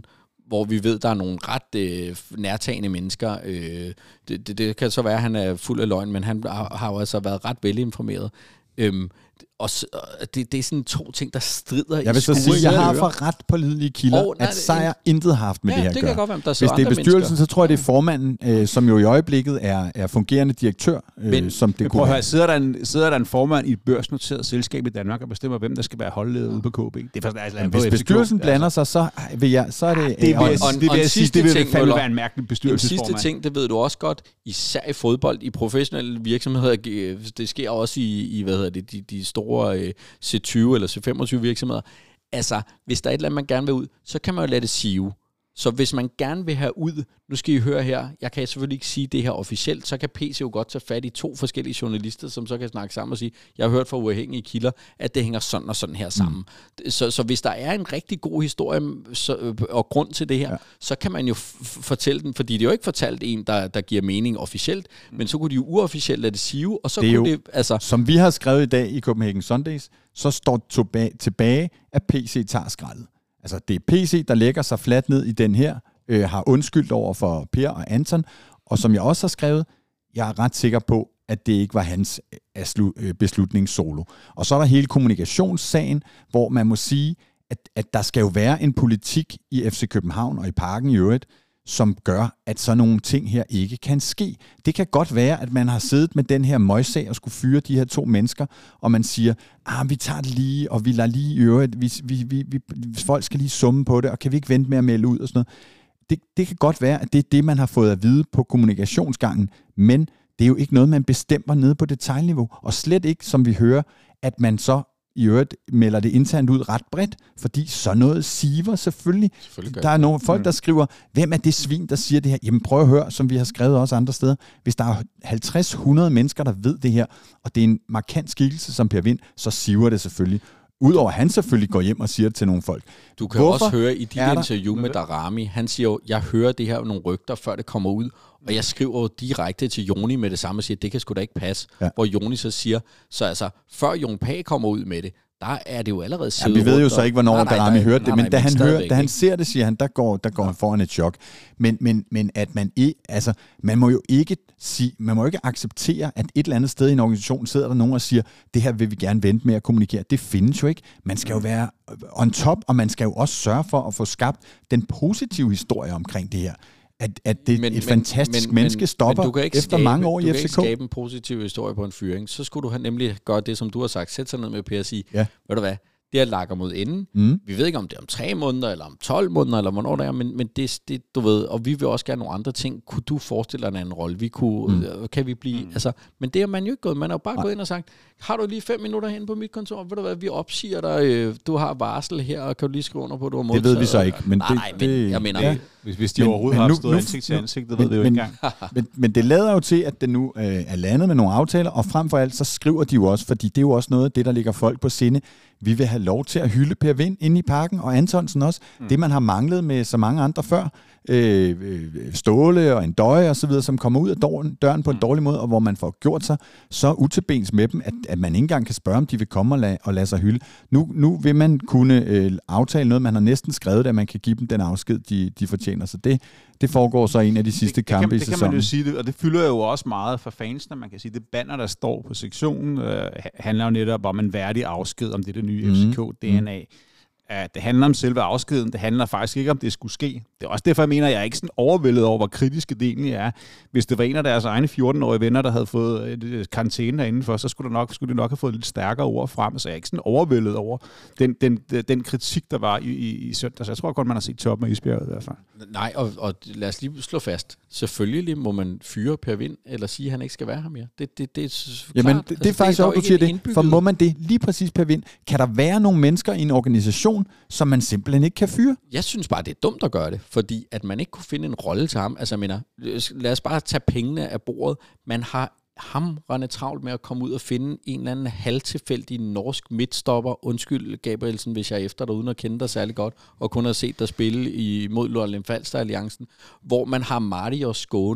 hvor vi ved, der er nogle ret øh, nærtagende mennesker. Øh, det, det, det kan så være, at han er fuld af løgn, men han har, har jo altså været ret velinformeret. Øhm, og det, det er sådan to ting, der strider i Jeg vil så sige, at jeg har for ret pålidelige kilder, oh, nej, at Sejer intet har haft med ja, det her det at gøre. gøre. Godt være, der Hvis det er bestyrelsen, mennesker. Så tror jeg, det er formanden, øh, som jo i øjeblikket er, er fungerende direktør. Øh, men, som det men prøv at høre, sidder der, en, sidder der en formand i et børsnoteret selskab i Danmark og bestemmer, hvem der skal være holdleder ude på K B? Det er for, altså, ja, hvis bestyrelsen F C K, blander sig, så vil jeg, så er det... Det vil jeg, det vil jeg sige, det vil fandme være en mærkelig bestyrelsesformand. Den sidste ting, det ved du også godt, især i fodbold, i professionelle virksomheder, det sker også i, i hvad hedder det, de, de store C tyve eller C femogtyve virksomheder. Altså, hvis der er et eller andet, man gerne vil ud, så kan man jo lade det sive. Så hvis man gerne vil have ud, nu skal I høre her, jeg kan selvfølgelig ikke sige det her officielt, så kan P C jo godt tage fat i to forskellige journalister, som så kan snakke sammen og sige, jeg har hørt fra uafhængige kilder, at det hænger sådan og sådan her sammen. Mm. Så, så hvis der er en rigtig god historie så, og grund til det her, ja. så kan man jo f- fortælle den, fordi det er jo ikke fortalt en, der, der giver mening officielt, mm. men så kunne de jo uofficielt lade det sive, og så det kunne jo, det... Altså, som vi har skrevet i dag i Copenhagen Sundays, så står tilbage, tilbage at P C tager skraldet. Altså, det er P C, der lægger sig fladt ned i den her, øh, har undskyldt over for Per og Anton, og som jeg også har skrevet, jeg er ret sikker på, at det ikke var hans øh, beslutningssolo. Og så er der hele kommunikationssagen, hvor man må sige, at, at der skal jo være en politik i F C København og i Parken i øvrigt, som gør, at sådan nogle ting her ikke kan ske. Det kan godt være, at man har siddet med den her møgssag og skulle fyre de her to mennesker, og man siger, ah, vi tager det lige, og vi lader lige i øvrigt, vi, vi, vi, vi, folk skal lige summe på det, og kan vi ikke vente med at melde ud og sådan noget. Det, det kan godt være, at det er det, man har fået at vide på kommunikationsgangen, men det er jo ikke noget, man bestemmer nede på detaljniveau, og slet ikke, som vi hører, at man så i øvrigt melder det internt ud ret bredt, fordi så noget siver selvfølgelig. selvfølgelig der er nogle folk, der skriver, hvem er det svin, der siger det her? Jamen prøv at høre, som vi har skrevet også andre steder. Hvis der er halvtreds hundrede mennesker, der ved det her, og det er en markant skikkelse som Per Vind, så siver det selvfølgelig. Udover at han selvfølgelig går hjem og siger det til nogle folk. Du kan Hvorfor også høre i dit interview med Darami, han siger jo, jeg hører det her nogle rygter, før det kommer ud, og jeg skriver jo direkte til Joni med det samme og siger, det kan sgu da ikke passe. Ja. Hvor Joni så siger, så altså, før Jon Pagh kommer ud med det, der er det jo allerede siddet. Ja, vi ved jo så ikke, hvornår Darami hørte det, men nej, da, han, hører, da han ser det, siger han, der går, der går ja. han foran et chok. Men, men, men at man ikke, altså, man må jo ikke sige, man må ikke acceptere, at et eller andet sted i en organisation sidder der nogen og siger, det her vil vi gerne vente med at kommunikere. Det findes jo ikke. Man skal jo være on top, og man skal jo også sørge for at få skabt den positive historie omkring det her. At, at det men, et fantastisk men, menneske stopper men du kan ikke efter skabe, mange år i F C K. Du kan ikke skabe en positiv historie på en fyring. Så skulle du have nemlig gøre det, som du har sagt. Sæt sig ned med Per og sige, ja. ved du hvad, det her lakker mod enden. Mm. Vi ved ikke, om det er om tre måneder, eller om tolv måneder, eller hvornår det er, men, men det, det, du ved, og vi vil også gerne nogle andre ting. Kunne du forestille dig en anden rolle? Vi kunne, mm. øh, kan vi blive, mm. altså, men det er man jo ikke gået. Man er jo bare Nej. gået ind og sagt, har du lige fem minutter hen på mit kontor? Ved du hvad, vi opsiger dig, øh, du har varsel her, og kan du lige skrive under på, at du har modtaget? Det ved vi så ikke, men nej, det, nej, men det, jeg mener, ja. hvis, hvis de men, overhovedet men, har stået ansigt til ansigt, det ved vi jo ikke engang. men, men det lader jo til, at det nu øh, er landet med nogle aftaler, og frem for alt, så skriver de jo også, fordi det er jo også noget af det, der ligger folk på sinde. Vi vil have lov til at hylde Per Vind inde i Parken, og Antonsen også. Mm. Det, man har manglet med så mange andre før. Øh, Ståle og en døje og så videre, som kommer ud af døren, døren på en dårlig måde, og hvor man får gjort sig så utilbens med dem, at, at man ikke engang kan spørge, om de vil komme og lade, og lade sig hylde. Nu, nu vil man kunne øh, aftale noget, man har næsten skrevet, at man kan give dem den afsked, de, de fortjener. Så det, det foregår så en af de sidste det, det kampe kan, i sæsonen. Det kan man jo sige, og det fylder jo også meget for fansene. Man kan sige, det banner, der står på sektionen, øh, handler jo netop om en værdig afsked, om det er det nye mm. F C K D N A. At det handler om selve afskeden, det handler faktisk ikke om, det skulle ske. Det er også derfor, jeg mener, at jeg er ikke sådan overvældet over, hvor kritiske det egentlig er. Hvis det var en af deres egne fjorten-årige venner, der havde fået et karantæne derinde for, så skulle, der nok, skulle de nok have fået lidt stærkere ord frem. Så jeg er ikke sådan overvældet over den, den, den kritik, der var i, i, i søndag. Så jeg tror godt, man har set toppen af isbjerget i hvert fald. Nej, og, og lad os lige slå fast. Selvfølgelig må man fyre Per Vind, eller sige, at han ikke skal være her mere. Det, det, det er Jamen, klart. det, det er altså, faktisk også, du siger det. For må man det lige præcis Per Vind? Kan der være nogle mennesker i en organisation, som man simpelthen ikke kan fyre? Jeg synes bare, det er dumt at gøre det, fordi at man ikke kunne finde en rolle til ham. Altså, jeg mener, lad os bare tage pengene af bordet. Man har hamrende travlt med at komme ud og finde en eller anden halvtilfældig norsk midtstopper. Undskyld, Gabrielsen, hvis jeg er efter dig, uden at kende dig særlig godt, og kun har set dig spille imod Lolland Falster Alliancen, hvor man har Marty og Skåne.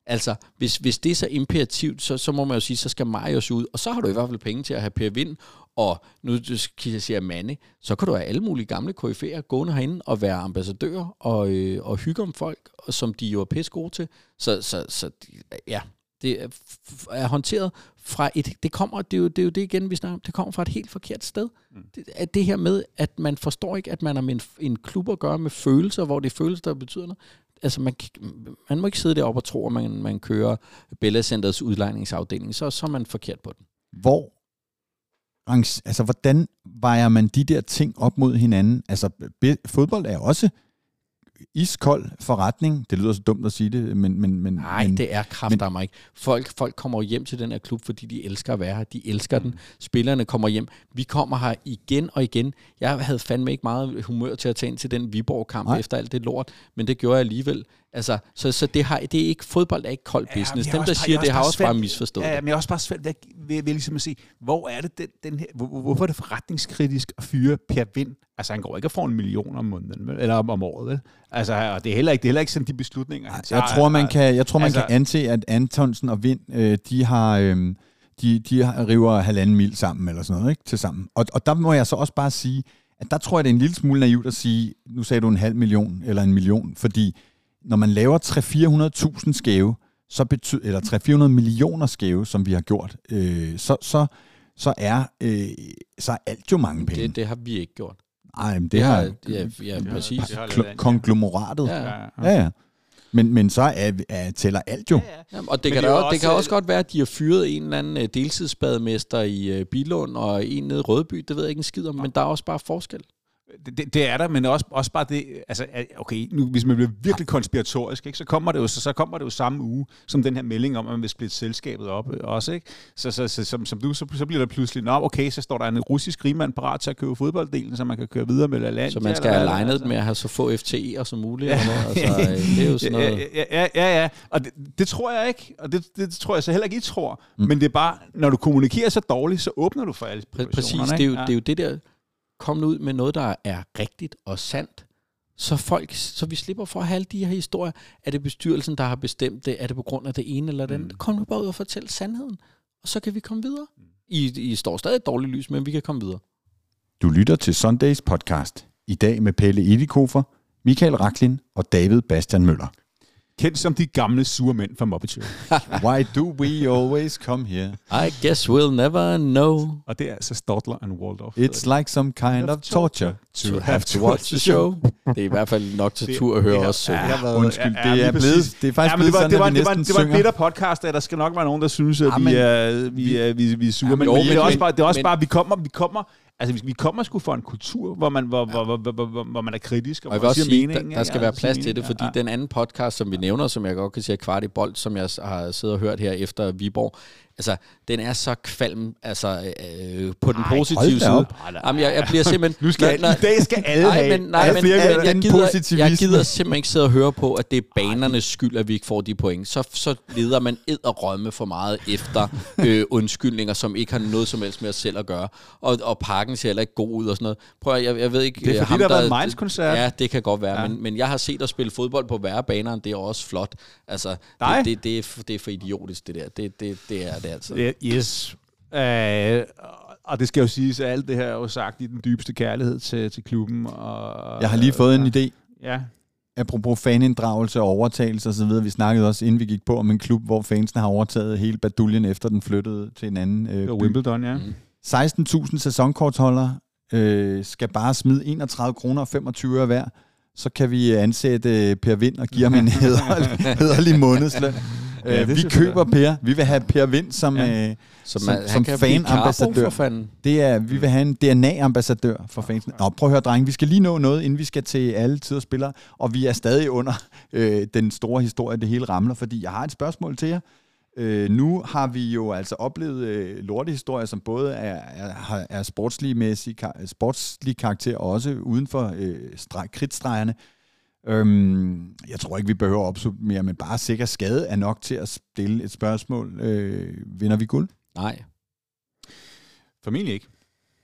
Altså, hvis, hvis det er så imperativt, så, så må man jo sige, så skal Marius ud, og så har du i hvert fald penge til at have Per Vind, og nu kan jeg sige Manne, så kan du have alle mulige gamle K F C'er gående herinde og være ambassadører og, øh, og hygge om folk, som de jo er pisse gode til. Så, så, så ja, det er, er håndteret fra et, det kommer, det er, jo, det er jo det igen, vi snakker om, det kommer fra et helt forkert sted. Mm. Det, at det her med, at man forstår ikke, at man har med en, en klub at gøre med følelser, hvor det er følelser, der betyder noget. Altså, man, man må ikke sidde deroppe og tro, at man, man kører Bella Centers udlejningsafdeling, så, så er man forkert på den. Hvor, altså, hvordan vejer man de der ting op mod hinanden? Altså, be, fodbold er også iskold forretning. Det lyder så dumt at sige det, men... men, men Nej, men, det er kraftedeme ikke. Folk, folk kommer hjem til den her klub, fordi de elsker at være her. De elsker mm. den. Spillerne kommer hjem. Vi kommer her igen og igen. Jeg havde fandme ikke meget humør til at tage ind til den Viborg-kamp Nej. efter alt det lort, men det gjorde jeg alligevel. Altså, så, så det, har, det er ikke, fodbold er ikke kold business. Ja, dem, der siger, det har også bare misforstået. Ja, men jeg er også bare svært ved, ved, ved ligesom at sige, hvor er det den, den her, hvor, hvorfor er det forretningskritisk at fyre Per Vind? Altså, han går ikke og får en million om måneden, eller om, om året, vel? Altså, og det er heller ikke, det er heller ikke sådan de beslutninger. Han tager, jeg tror, man kan, jeg tror, man altså, kan anse, at Antonsen og Vind, øh, de har, øh, de, de har, river halvanden mil sammen, eller sådan noget, ikke? Til sammen. Og, og der må jeg så også bare sige, at der tror jeg, det er en lille smule naivt at sige, nu sagde du en halv million, eller en million, fordi når man laver tre hundrede til fire hundrede tusind skæve, så betyder, eller tre hundrede til fire hundrede millioner skæve, som vi har gjort, øh, så, så, så, er, øh, så er alt jo mange penge. Det, det har vi ikke gjort. Nej, men det, det har... Ja, ja, præcis. Kl- konglomeratet. Ja, ja. ja, ja. Men, men så er, er, tæller alt jo. Ja, ja. Jamen, og det kan, det, også, det kan også godt være, at de har fyret en eller anden deltidsbademester i uh, Billund og en nede i Rødby. Det ved jeg ikke en skid om, ja. Men der er også bare forskel. Det, det, det er der, men også, også bare det, altså, okay, nu, hvis man bliver virkelig konspiratorisk, ikke, så, kommer det jo, så, så kommer det jo samme uge, som den her melding om, at man vil splitte selskabet op også, ikke? Så, så, så som, som du, så, så bliver der pludselig, nå, okay, så står der en russisk rigmand parat til at købe fodbolddelen, så man kan køre videre med LaLandia. Så man skal have legnet altså. med at have så få F T E'er som muligt. Ja. Altså, det er jo sådan noget. Ja, ja, ja, ja. Og det, det tror jeg ikke, og det, det tror jeg så heller ikke, I tror, mm. men det er bare, når du kommunikerer så dårligt, så åbner du for alle Præcis, det er, jo, ja. det er jo det der, kom ud med noget, der er rigtigt og sandt, så folk, så vi slipper for at have alle de her historier. Er det bestyrelsen, der har bestemt det? Er det på grund af det ene eller det andet? Mm. Kom nu bare ud og fortæl sandheden, og så kan vi komme videre. I, I står stadig et dårligt lys, men vi kan komme videre. Du lytter til Sundays podcast. I dag med Pelle Elikhofer, Michael Raklin og David Bastian Møller. Kendt som de gamle sure mænd fra Muppet Show. Why do we always come here? I guess we'll never know. Og det er altså Stodler and Waldorf. It's like some kind of torture to, to have to watch the show. Det er i hvert fald nok til tur at høre os synge. Ja, undskyld, det er blevet, det er faktisk ja, blevet sådan, det var, at vi det var, næsten det var, det var synger. en bitter podcast, der skal nok være nogen, der synes, at ja, men, vi, er, vi, er, vi, vi er sure. Ja, men, men, men, det er også bare, det er også men, bare vi kommer, vi kommer Altså, vi, vi kommer sgu fra en kultur, hvor man, hvor, ja. hvor, hvor, hvor, hvor, hvor man er kritisk, og, og hvor man siger sige, mening. Der, der skal ja, være plads til mening, det, fordi ja. den anden podcast, som vi nævner, som jeg godt kan sige kvart i bold, som jeg har siddet og hørt her efter Viborg, altså, den er så kvalm, altså, øh, på den Ej, positive side. Jamen, jeg, jeg bliver simpelthen... Nu skal, når, I dag skal alle nej, have... Men, nej, men, jeg, jeg, gider, jeg gider simpelthen ikke sidde og høre på, at det er banernes skyld, at vi ikke får de point. Så, så leder man ed og rømme for meget efter øh, undskyldninger, som ikke har noget som helst med os selv at gøre. Og, og parken ser heller ikke god ud og sådan noget. Prøv at, jeg, jeg ved ikke... Det er fordi, ham, der har været en Mainz-koncert. Ja, det kan godt være, ja. men, men jeg har set at spille fodbold på værre baner, det er også flot. Altså, det, det, det, er, det er for idiotisk, det der. Det, det, det er det altså. Yeah, yes. Uh, og det skal jo siges, at alt det her er jo sagt i den dybeste kærlighed til, til klubben. Og, jeg har lige fået en idé. Ja. Apropos faninddragelse og overtagelse osv. Vi snakkede også, inden vi gik på, om en klub, hvor fansene har overtaget hele baduljen, efter den flyttede til en anden øh, by. Wimbledon, ja. Mm. seksten tusind sæsonkortholdere øh, skal bare smide enogtredive kroner og femogtyve øre hver. Så kan vi ansætte Per Vind og give ham en hæderlig månedsløn. Ja, vi køber Per. Vi vil have Per Vind som, ja. øh, som, som, som fanambassadør. Det er, vi vil have en D N A-ambassadør for fansen. Nå, prøv at høre, drenge. Vi skal lige nå noget, inden vi skal til alle tider spillere. Og vi er stadig under øh, den store historie, det hele ramler. Fordi jeg har et spørgsmål til jer. Øh, nu har vi jo altså oplevet øh, lortehistorier, som både er, er, er sportslig, sportslig karakter, og også uden for øh, streg, kridtstregerne. Øhm, jeg tror ikke, vi behøver at opsummere, men bare sikker skade er nok til at stille et spørgsmål. Øh, vinder vi guld? Nej. Formentlig ikke.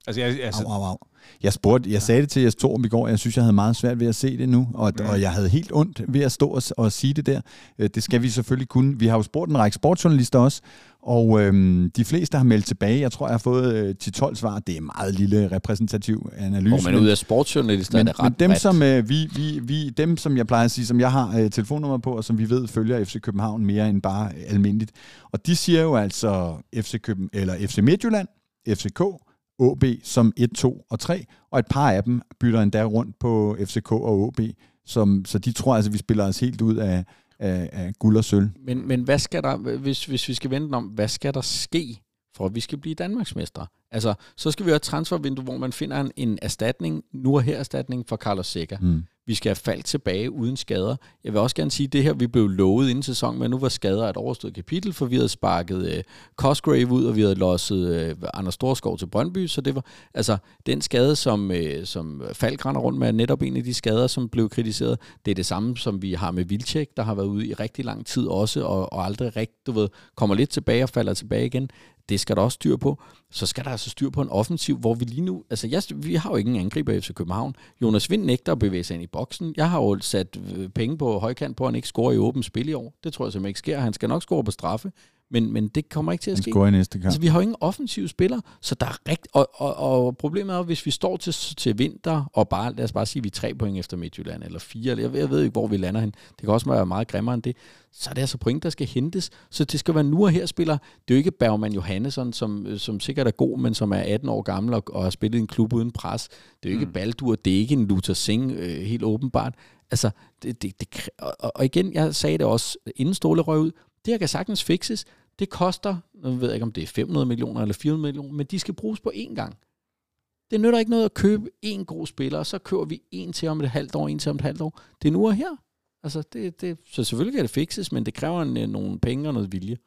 Altså, jeg, altså... Au, au, au. Jeg, spurgte, jeg sagde det til Jes Torp i går, jeg synes, jeg havde meget svært ved at se det nu, og, mm. og jeg havde helt ondt ved at stå og, og sige det der. Det skal vi selvfølgelig kunne. Vi har jo spurgt en række sportsjournalister også, og øhm, de fleste har meldt tilbage. Jeg tror, jeg har fået øh, ti tolv svar. Det er meget lille repræsentativ analyse. Oh, men ud af sportsjournalister men, er det ret men dem, bredt. som, øh, vi, vi, vi, dem, som jeg plejer at sige, som jeg har øh, telefonnummer på, og som vi ved følger F C København mere end bare øh, almindeligt. Og de siger jo altså F C København, eller F C Midtjylland, F C K, O B som et, to og tre, og et par af dem bytter endda rundt på F C K og O B, som, så de tror altså, vi spiller os helt ud af, af, af guld og sølv. Men, men hvad skal der, hvis, hvis vi skal vente om, hvad skal der ske, for at vi skal blive Danmarksmestre? Altså, så skal vi have et transfervindue, hvor man finder en, en erstatning, nu og her erstatning for Carlos Seca. Mm. Vi skal have faldt tilbage uden skader. Jeg vil også gerne sige, at det her, vi blev lovet inden sæsonen, men nu var skader et overstået kapitel, for vi havde sparket øh, Cosgrave ud, og vi havde losset øh, Anders Storskov til Brøndby, så det var, altså, den skade, som, øh, som Falk render rundt med, er netop en af de skader, som blev kritiseret. Det er det samme, som vi har med Wilczek, der har været ude i rigtig lang tid også, og, og aldrig rigtig, du ved, kommer lidt tilbage og falder tilbage igen. Det skal der også styr på. Så skal der altså styr på en offensiv, hvor vi lige nu... Altså, jeg, vi har jo ikke en angriber i F C København. Jonas Vind nægter at bevæge sig ind i boksen. Jeg har jo sat penge på højkant på, at han ikke scorer i åbent spil i år. Det tror jeg simpelthen ikke sker. Han skal nok score på straffe. Men, men det kommer ikke til at ske. Han scorer i næste kamp. Altså, vi har jo ingen offensive spillere, så der er rigt... Og, og, og problemet er, hvis vi står til, til vinter, og bare, lad os bare sige, at vi er tre point efter Midtjylland, eller fire, eller jeg, jeg ved ikke, hvor vi lander hen. Det kan også være meget grimmere end det. Så er det altså point, der skal hentes. Så det skal være nu og her spiller. Det er jo ikke Bergman Johannesson, som, som sikkert er god, men som er atten år gammel og, og har spillet i en klub uden pres. Det er jo ikke mm. Baldur, det er ikke en Luther Singh, øh, helt åbenbart. Altså, det, det, det, og, og igen, jeg sagde det også, inden Ståle røg ud, det her kan sagtens fikses. Det koster, nu ved jeg ikke, om det er fem hundrede millioner eller fire hundrede millioner, men de skal bruges på én gang. Det nytter ikke noget at købe én god spiller, og så køber vi en til om et halvt år, en til om et halvt år. Det er nu og her. Altså, det, det, så selvfølgelig kan det fikses, men det kræver en, nogle penge og noget vilje.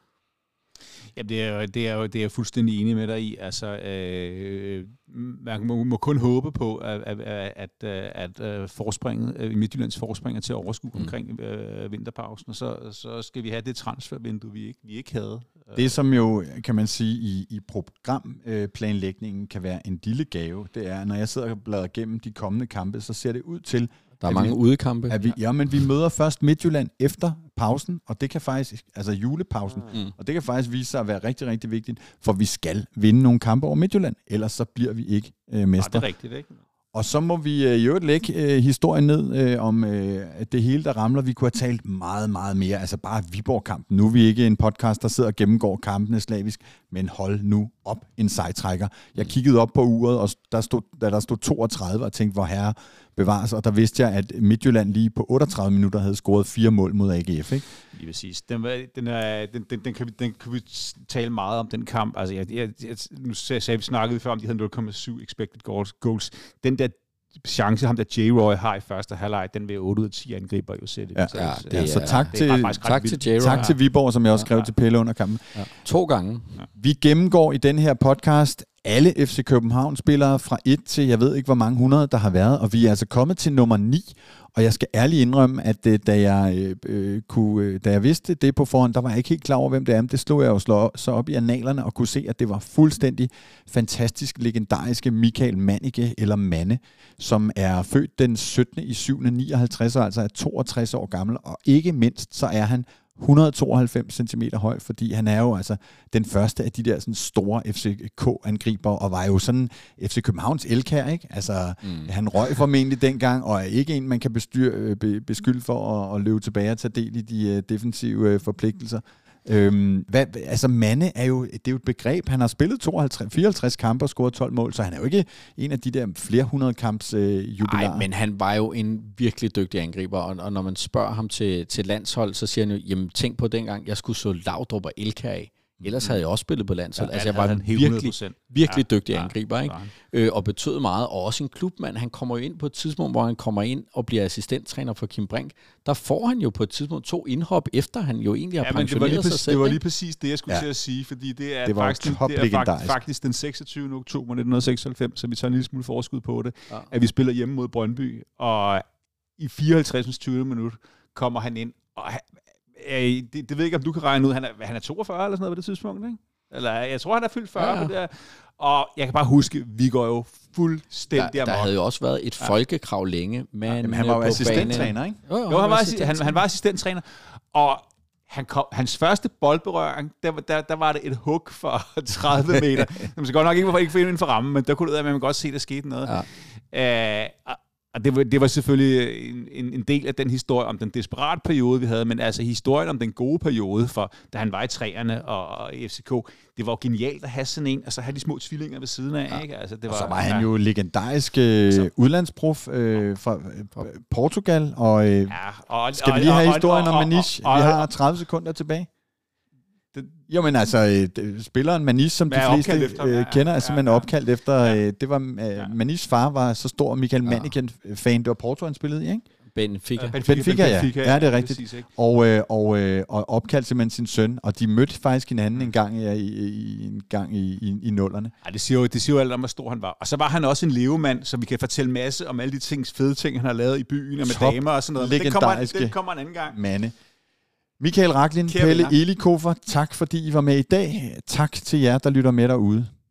Ja, det er jo, det er jo, det er jeg fuldstændig enig med dig i. Altså, øh, man må, må kun håbe på, at, at, at, at, at forspringet, i Midtjyllands forspring er til at overskue mm. omkring øh, vinterpausen, og så, så skal vi have det transfervindue, vi ikke, vi ikke havde. Det, som jo, kan man sige, i, i programplanlægningen kan være en lille gave, det er, når jeg sidder og bladrer igennem de kommende kampe, så ser det ud til, der er mange vi, udekampe. At vi, ja, men vi møder først Midtjylland efter pausen, og det kan faktisk, altså julepausen, mm. og det kan faktisk vise sig at være rigtig, rigtig vigtigt, for vi skal vinde nogle kampe over Midtjylland, ellers så bliver vi ikke øh, mestre. Ja, det er rigtigt, ikke? Og så må vi øh, i øvrigt lægge øh, historien ned øh, om øh, det hele, der ramler. Vi kunne have talt meget, meget mere. Altså bare Viborg-kampen. Nu er vi ikke en podcast, der sidder og gennemgår kampene slavisk, men hold nu op en sejtrækker. Jeg kiggede op på uret, og der stod, da der stod toogtredive, og tænkte, hvor herre bevares. Og der vidste jeg, at Midtjylland lige på otteogtredive minutter havde scoret fire mål mod A G F, ikke? Lige præcis. Den, den, er, den, den, den, kan vi, den kan vi tale meget om, den kamp. Altså, jeg, jeg, jeg, nu sagde vi snakkede før om, de havde nul komma syv expected goals. Den der chance, ham der J-Roy har i første halvleg, den vil otte ud af ti angriber jo sætte. Ja, ja, det er, så tak det til, er tak til J-Roy. Tak til Viborg, som jeg også skrev ja. til Pelle under kampen. Ja. To gange. Ja. Vi gennemgår i den her podcast alle F C København-spillere fra et til, jeg ved ikke hvor mange hundrede, der har været, og vi er altså kommet til nummer ni, og jeg skal ærligt indrømme, at da jeg, øh, kunne, da jeg vidste det på forhånd, der var jeg ikke helt klar over, hvem det er, men det slog jeg jo slå, så op i analerne og kunne se, at det var fuldstændig fantastisk legendariske Michael Mannicke, eller Manne, som er født den syttende i syvende nioghalvtreds, og altså er toogtres år gammel, og ikke mindst så er han et hundrede og tooghalvfems centimeter høj, fordi han er jo altså den første af de der sådan store F C K-angriber, og var jo sådan F C Københavns elkær, ikke? Altså, mm. han røg formentlig dengang, og er ikke en, man kan bestyr, be, beskylde for at, at løbe tilbage og tage del i de uh, defensive uh, forpligtelser. Øhm, hvad, altså Manne er jo, det er jo et begreb. Han har spillet tooghalvtreds, fireoghalvtreds kampe og scoret tolv mål, så han er jo ikke en af de der flere hundrede kamps øh, jubilarer. Nej, men han var jo en virkelig dygtig angriber, og, og når man spørger ham til, til landshold, så siger han jo, jamen tænk på dengang, jeg skulle så Laudrup og Elkær af. Ellers havde jeg også spillet på landshold. Ja, altså jeg var en virkelig, virkelig ja, dygtig ja, angriber, ikke? Øh, og betød meget, og også en klubmand. Han kommer jo ind på et tidspunkt, hvor han kommer ind og bliver assistenttræner for Kim Brink. Der får han jo på et tidspunkt to indhop, efter han jo egentlig har ja, pensioneret sig selv. Det var lige præcis det, jeg skulle ja. til at sige, fordi det er, det faktisk, det er faktisk, faktisk den seksogtyvende oktober nitten seksoghalvfems, så vi tager en lille smule forskud på det, ja. at vi spiller hjemme mod Brøndby, og i fireoghalvtreds tyve minut kommer han ind, og han, Det, det ved jeg ikke, om du kan regne ud. Han er, han er toogfyrre eller sådan noget på det tidspunkt, ikke? Eller jeg tror, han er fyldt fyrre. Ja, ja. På det der. Og jeg kan bare huske, vi går jo fuldstændig der, amok. der havde jo også været et folkekrav længe, men, ja, men han var jo assistenttræner, ikke? Jo, jo han, var assistent, han, han var assistenttræner, og han kom, hans første boldberøring, der, der, der var det et hug for tredive meter. Man skal godt nok ikke, ikke få inden for rammen, men der kunne det være, at man godt se, at der skete noget. Ja. Uh, og det var, det var selvfølgelig en, en, en del af den historie om den desperate periode, vi havde, men altså historien om den gode periode, for da han var i træerne og, og i F C K, det var jo genialt at have sådan en, og så have de små tvillinger ved siden af. Ja. Ikke? Altså, det var, og så var han ja. jo legendarisk øh, udlandsprof øh, fra øh, Portugal, og, øh, ja, og skal vi lige have historien om Maniche? Vi har tredive sekunder tilbage. Det, jo, men altså, øh, spilleren Maniche, som de fleste efter, øh, kender, er simpelthen ja, ja. opkaldt efter, øh, det var, øh, ja. Maniches far var så stor, Michael Manniken-fan, det var Porto, han spillede i, ikke? Benfica. Ja, Benfica, Benfica, ja. Benfica, ja. Ja, det er rigtigt. Præcis, og, øh, og, øh, og opkaldte simpelthen sin søn, og de mødte faktisk hinanden en gang, ja, i, i, en gang i, i, i nullerne. Ja, det siger jo, det siger jo alt om, hvor stor han var. Og så var han også en levemand, så vi kan fortælle masse om alle de ting, fede ting, han har lavet i byen, og med Top, damer og sådan noget. Men det kommer, det kommer en anden gang. Mande. Michael Raklin, Pelle Elikhofer, tak fordi I var med i dag. Tak til jer, der lytter med derude.